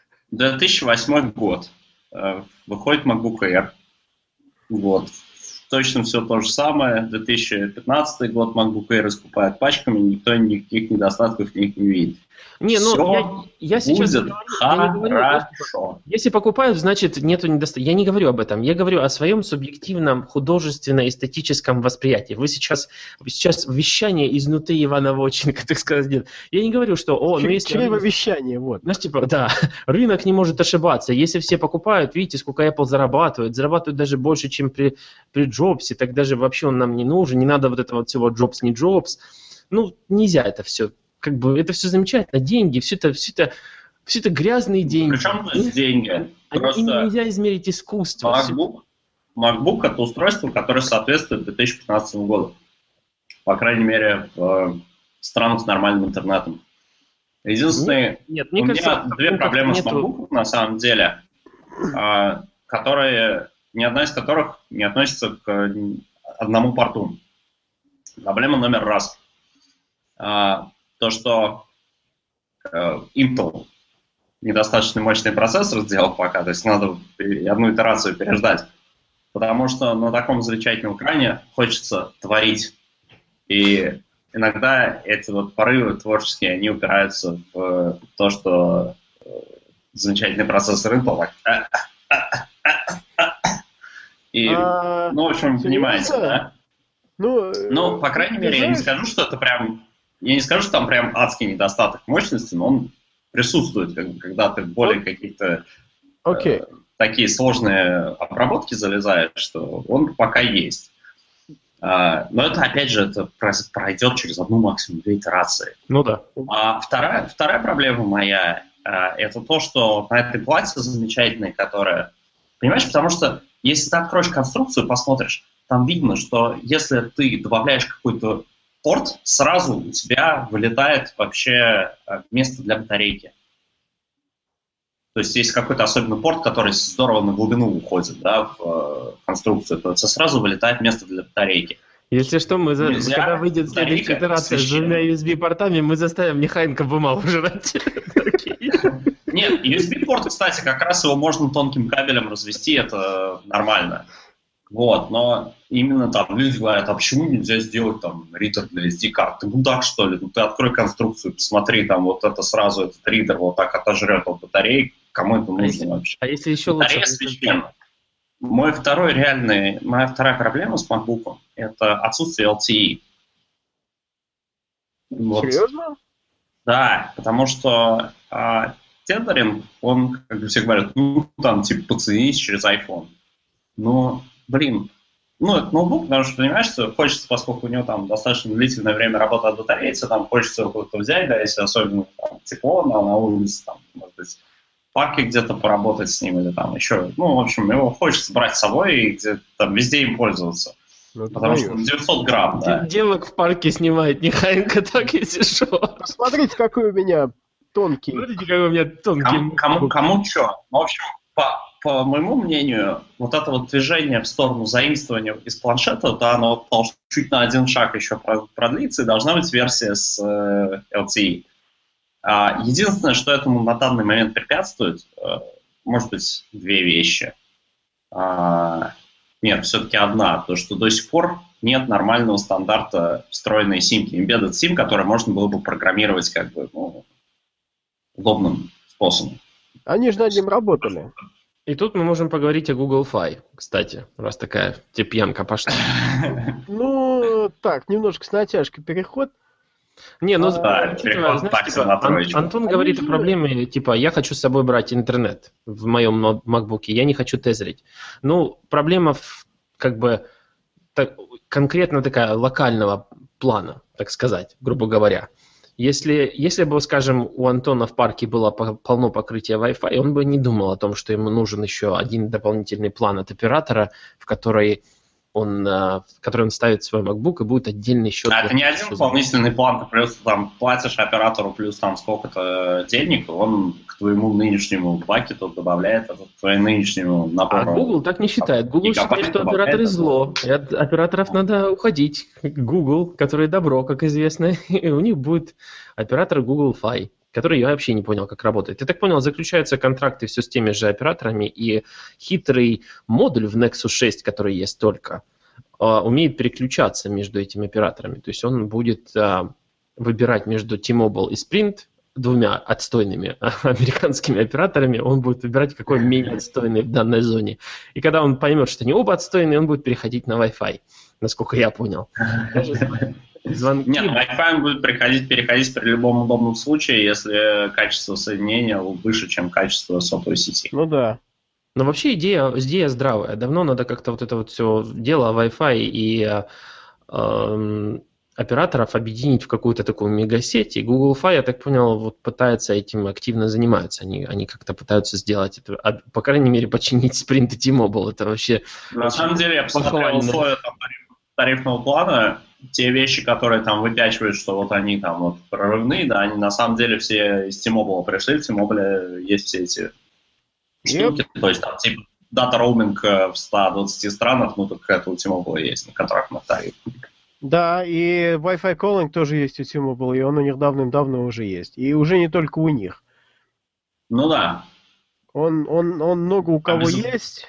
2008 год. Выходит MacBook Air. Вот. Точно все то же самое. 2015 год MacBook Air раскупают пачками, никто никаких недостатков в них не видит. Не, ну я сейчас будет хорошо. Если покупают, значит нету недостатков. Я не говорю об этом. Я говорю о своем субъективном художественно-эстетическом восприятии. Вы сейчас вещание изнутри Ивана Воченко, так сказать, нет. Я не говорю, что чревовещание, вот. Знаешь, типа, да, рынок не может ошибаться. Если все покупают, видите, сколько Apple зарабатывает даже больше, чем при Джобсе, так даже вообще он нам не нужен, не надо вот этого всего Джобс, не Джобс. Ну, нельзя это все. Как бы это все замечательно, деньги, все это грязные деньги. Причем здесь деньги? Просто нельзя измерить искусство. MacBook это устройство, которое соответствует 2015 году. По крайней мере, в странах с нормальным интернетом. Единственное, у меня две проблемы с MacBook на самом деле, ни одна из которых не относится к одному порту. Проблема номер раз. То, что Intel недостаточно мощный процессор сделал пока, то есть надо одну итерацию переждать, потому что на таком замечательном экране хочется творить. И иногда эти вот порывы творческие, они упираются в то, что замечательный процессор Intel и, ну, в общем, понимаете, да? Ну, по крайней мере, я не скажу, что это прям... Я не скажу, что там прям адский недостаток мощности, но он присутствует, когда ты в более какие-то такие сложные обработки залезаешь, что он пока есть. Но это, опять же, это пройдет через одну, максимум две итерации. Ну да. А вторая проблема моя, это то, что на этой плате замечательной, которая... Понимаешь, потому что если ты откроешь конструкцию, посмотришь, там видно, что если ты добавляешь какой-то порт, сразу у тебя вылетает вообще место для батарейки. То есть есть какой-то особенный порт, который здорово на глубину уходит, да, в конструкцию, то сразу вылетает место для батарейки. Если что, когда выйдет следующая итерация с двумя USB-портами, мы заставим Нехаенко бумагу жрать. Нет, USB-порт, кстати, как раз его можно тонким кабелем развести, это нормально. Вот, но именно там люди говорят, а почему нельзя сделать там ридер для SD-карт? Ты мудак, что ли? Ну ты открой конструкцию, посмотри, там вот это сразу, этот ридер вот так отожрет от батареи, кому это нужно вообще? А если еще батарея лучше? священна. Моя вторая проблема с MacBook — это отсутствие LTE. Вот. Серьезно? Да, потому что тендеринг, он, как все говорят, ну там типа подсоединись через iPhone. Но блин, ну, это ноутбук, потому что, понимаешь, что хочется, поскольку у него там достаточно длительное время работы от батареи, там хочется его куда-то взять, да, если особенно там, тепло на улице, там, может быть, в парке где-то поработать с ним или там еще. Ну, в общем, его хочется брать с собой и там везде им пользоваться. Ну, потому что 900 грамм, да. Девок в парке снимает Нехаенко, так если что. Посмотрите, какой у меня тонкий. Смотрите, какой у меня тонкий. Кому что? В общем, по моему мнению, вот это вот движение в сторону заимствования из планшета, да, оно чуть на один шаг еще продлится, и должна быть версия с LTE. Единственное, что этому на данный момент препятствует, может быть, две вещи. Нет, все-таки одна, то, что до сих пор нет нормального стандарта встроенной симки, embedded SIM, который можно было бы программировать как бы, ну, удобным способом. Они же над ним работали. И тут мы можем поговорить о Google Fi, кстати, раз такая пьянка пошла. Ну, так, немножко с натяжкой переход. Не, ну, Да, учитывая, переход знаешь, такса типа, на троечку. Антон говорит о проблеме, типа, я хочу с собой брать интернет в моем MacBook, я не хочу тезерить. Ну, проблема как бы конкретно такая локального плана, так сказать, грубо говоря. Если бы, скажем, у Антона в парке было полно покрытия Wi-Fi, он бы не думал о том, что ему нужен еще один дополнительный план от оператора, в который он ставит свой MacBook и будет отдельный счет. А это не один дополнительный план, ты плюс там платишь оператору плюс там сколько-то денег, он к твоему нынешнему бакету добавляет это к твоему нынешнему набору. А Google так не считает. Google считает, что операторы зло. И от операторов надо уходить. Google, который добро, как известно, и у них будет оператор Google Fi, который я вообще не понял, как работает. Я так понял, заключаются контракты все с теми же операторами, и хитрый модуль в Nexus 6, который есть только, умеет переключаться между этими операторами. То есть он будет выбирать между T-Mobile и Sprint, двумя отстойными американскими операторами, он будет выбирать, какой менее отстойный в данной зоне. И когда он поймет, что они оба отстойные, он будет переходить на Wi-Fi, насколько я понял. Звонки... Нет, Wi-Fi будет переходить при любом удобном случае, если качество соединения выше, чем качество сотовой сети. Ну да. Но вообще идея здравая. Давно надо как-то вот это вот все дело Wi-Fi и операторов объединить в какую-то такую мегасеть. И Google Fi, я так понял, вот пытается этим активно заниматься. Они как-то пытаются сделать это, по крайней мере, починить Sprint и T-Mobile. Это вообще... На самом деле, я посмотрел условия тарифного плана, те вещи, которые там выпячивают, что вот они там вот прорывные, да, они на самом деле все из T-Mobile пришли, в T-Mobile есть все эти штуки, то есть там типа дата роуминг в 120 странах, ну, только это у T-Mobile есть на контрактном тарифе. Да, и Wi-Fi calling тоже есть у T-Mobile, и он у них давным-давно уже есть. И уже не только у них. Ну да. Он много у кого есть.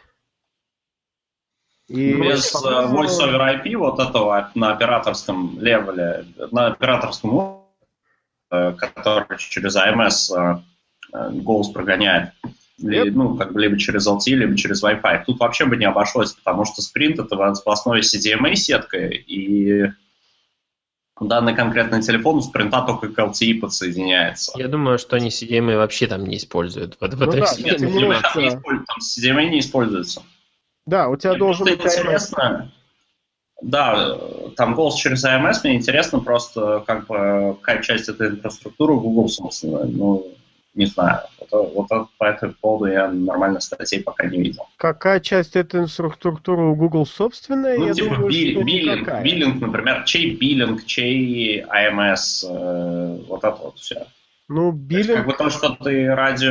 И без Voice over IP вот этого на операторском левеле, на операторском уровне, который через AMS голос прогоняет, ну, как бы либо через LTE, либо через Wi-Fi. Тут вообще бы не обошлось, потому что Sprint — это сплошной CDMA-сетка, и данный конкретный телефон у Sprint только к LTE подсоединяется. Я думаю, что они CDMA вообще там не используют. Нет, там CDMA не используется. Да, у тебя мне должен быть интересно. Да, там голос через AMS, мне интересно просто, как бы, какая часть этой инфраструктуры Google собственная. Ну, не знаю. Вот по этому поводу я нормально статей пока не видел. Какая часть этой инфраструктуры у Google собственная? Ну, я типа думаю, биллинг, например, чей биллинг, чей AMS, вот это вот все. Ну, биллинг... Как бы то, что ты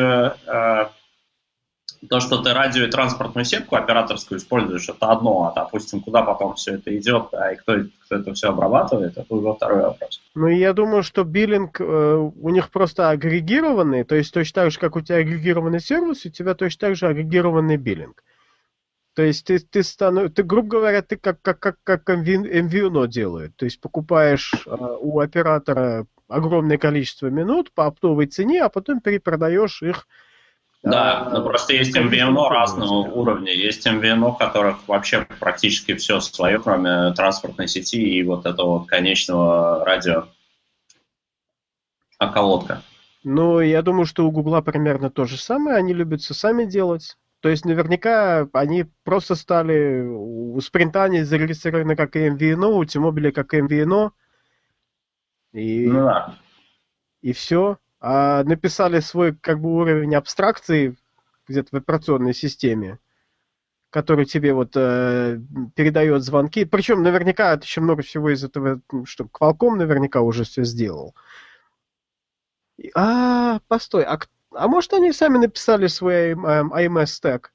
радио и транспортную сетку операторскую используешь, это одно, а, допустим, куда потом все это идет, да, и кто это все обрабатывает, это уже второй вопрос. Ну, я думаю, что биллинг у них просто агрегированный, то есть точно так же, как у тебя агрегированный сервис, у тебя точно так же агрегированный биллинг. То есть ты грубо говоря, ты как MVNO делают, то есть покупаешь у оператора огромное количество минут по оптовой цене, а потом перепродаешь их. Да, но просто есть MVNO разного уровня. Есть MVNO, у которых вообще практически все свое, кроме транспортной сети и вот этого вот конечного радио околотка. Ну, я думаю, что у Гугла примерно то же самое. Они любят все сами делать. То есть наверняка они просто стали... У Спринта они зарегистрированы как MVNO, у T-Mobile как MVNO. Ну да. И все. А написали свой как бы уровень абстракции где-то в операционной системе, который тебе вот передает звонки. Причем наверняка еще много всего из этого, что Qualcomm наверняка уже все сделал. Постой, а может они сами написали свой AMS стек,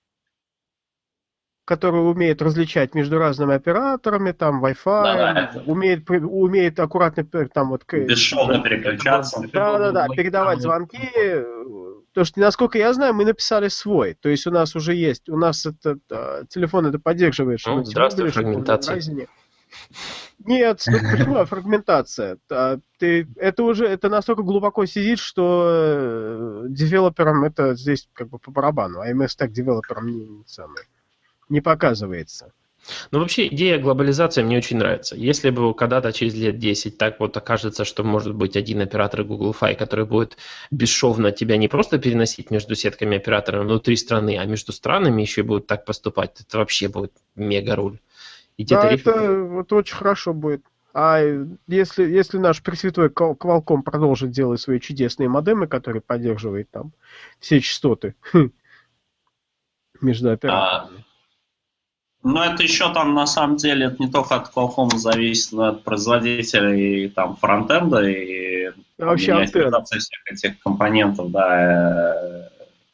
который умеет различать между разными операторами, там Wi-Fi, умеет аккуратно там вот бесшовно переключаться. Да, передавать звонки. Потому что, насколько я знаю, мы написали свой. То есть у нас уже есть, у нас этот телефон это поддерживает. Здравствуй, фрагментация. Нет, ну почему фрагментация? Это настолько глубоко сидит, что девелоперам это здесь как бы по барабану, а MS так девелоперам не показывается. Ну, вообще, идея глобализации мне очень нравится. Если бы когда-то через лет 10 так вот окажется, что может быть один оператор Google Fi, который будет бесшовно тебя не просто переносить между сетками операторов внутри страны, а между странами еще и будет так поступать, это вообще будет мега руль. И те Да, тарифы... это вот очень хорошо будет. А если наш Пресвятой Qualcomm продолжит делать свои чудесные модемы, которые поддерживают там все частоты между операторами. Но это еще там, на самом деле, это не только от Qualcomm зависит, но от производителей там фронтенда и вообще миниатюризация всех этих компонентов, да.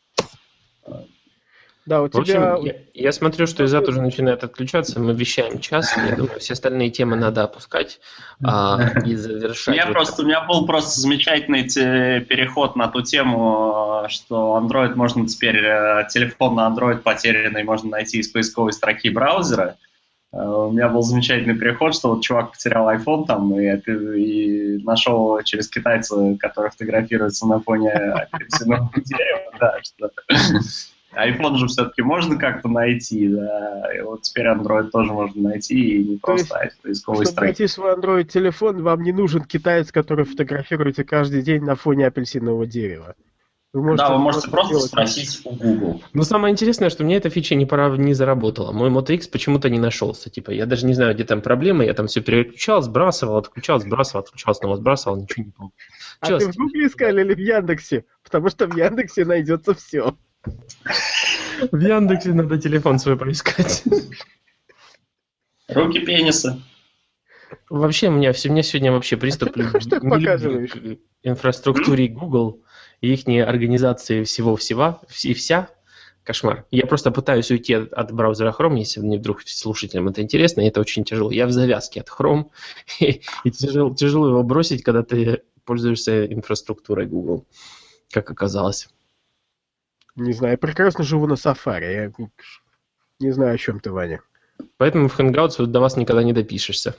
Да, В общем, я смотрю, что Изат уже начинает отключаться, мы вещаем час, я думаю, все остальные темы надо опускать и завершать. У меня был просто замечательный переход на ту тему, что Android можно теперь, телефон на Android потерянный можно найти из поисковой строки браузера. У меня был замечательный переход, что вот чувак потерял iPhone там и нашел через китайца, который фотографируется на фоне апельсинового дерева, да, что iPhone же все-таки можно как-то найти, да, и вот теперь Android тоже можно найти, и не просто из поисковой строки. Чтобы найти свой Android-телефон, вам не нужен китаец, который фотографируется каждый день на фоне апельсинового дерева. Вы можете просто спросить у Google. Но самое интересное, что мне эта фича не заработала. Мой Moto X почему-то не нашелся. Типа, я даже не знаю, где там проблема. Я там все переключал, сбрасывал, отключал, сбрасывал, отключал, снова сбрасывал, ничего не помню. А ты в Google искал или в Яндексе? Потому что в Яндексе найдется все. В Яндексе надо телефон свой поискать. Руки пенисы. Вообще, у меня сегодня вообще приступ к инфраструктуре Google и их организации всего-всего и вся. Кошмар. Я просто пытаюсь уйти от браузера Chrome, если вдруг слушателям это интересно, и это очень тяжело. Я в завязке от Chrome, и тяжело его бросить, когда ты пользуешься инфраструктурой Google, как оказалось. Не знаю, я прекрасно живу на Safari. Я не знаю, о чем ты, Ваня. Поэтому в Hangouts до вас никогда не допишешься.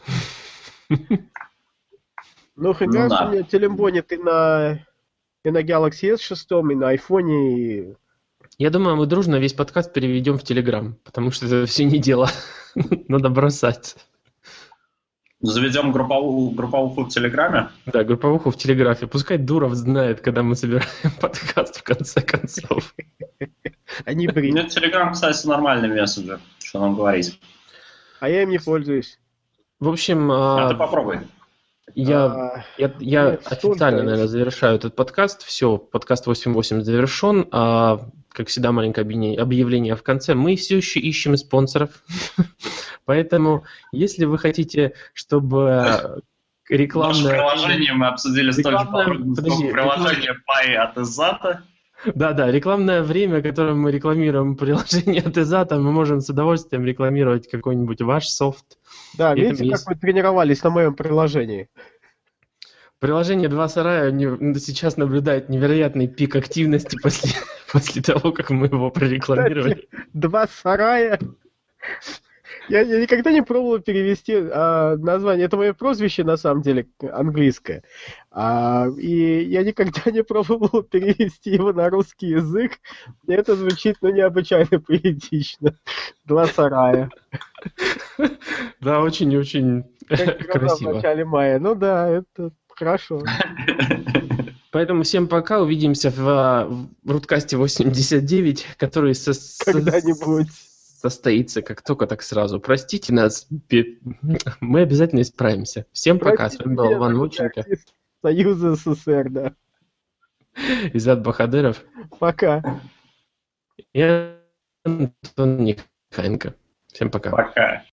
Ну, Hangouts у меня телембонит и на Galaxy S6, и на iPhone, и... Я думаю, мы дружно весь подкаст переведем в Telegram, потому что это все не дело. Надо бросать. Заведем групповуху в Телеграме? Да, групповуху в Телеграфе. Пускай Дуров знает, когда мы собираем подкаст, в конце концов. Нет, Телеграм, кстати, нормальный мессенджер, что нам говорить. А я им не пользуюсь. В общем... ты попробуй. Я официально, наверное, завершаю этот подкаст. Все, подкаст 8.8 завершен. Как всегда, маленькое объявление в конце. Мы все еще ищем спонсоров. Поэтому, если вы хотите, чтобы рекламное... Наше приложение мы обсудили столь же подробно, сколько приложение Pi от Изата. Да, рекламное время, которым мы рекламируем приложение от Изата, мы можем с удовольствием рекламировать какой-нибудь ваш софт. Да, видите, как вы тренировались на моем приложении. Приложение «Два сарая» сейчас наблюдает невероятный пик активности после того, как мы его прорекламировали. Кстати, «Два сарая». Я никогда не пробовал перевести название. Это мое прозвище, на самом деле, английское. И я никогда не пробовал перевести его на русский язык. И это звучит, необычайно поэтично. «Два сарая». Да, очень-очень красиво. В начале мая. Ну да, это хорошо. Поэтому всем пока. Увидимся в Руткасте 89, который когда-нибудь состоится как только, так сразу. Простите нас, мы обязательно исправимся. Всем пока. С вами был Иван Лученко. Союза СССР, да. Изат Бахадыров. Пока. И Антон Никаенко. Всем пока. Пока.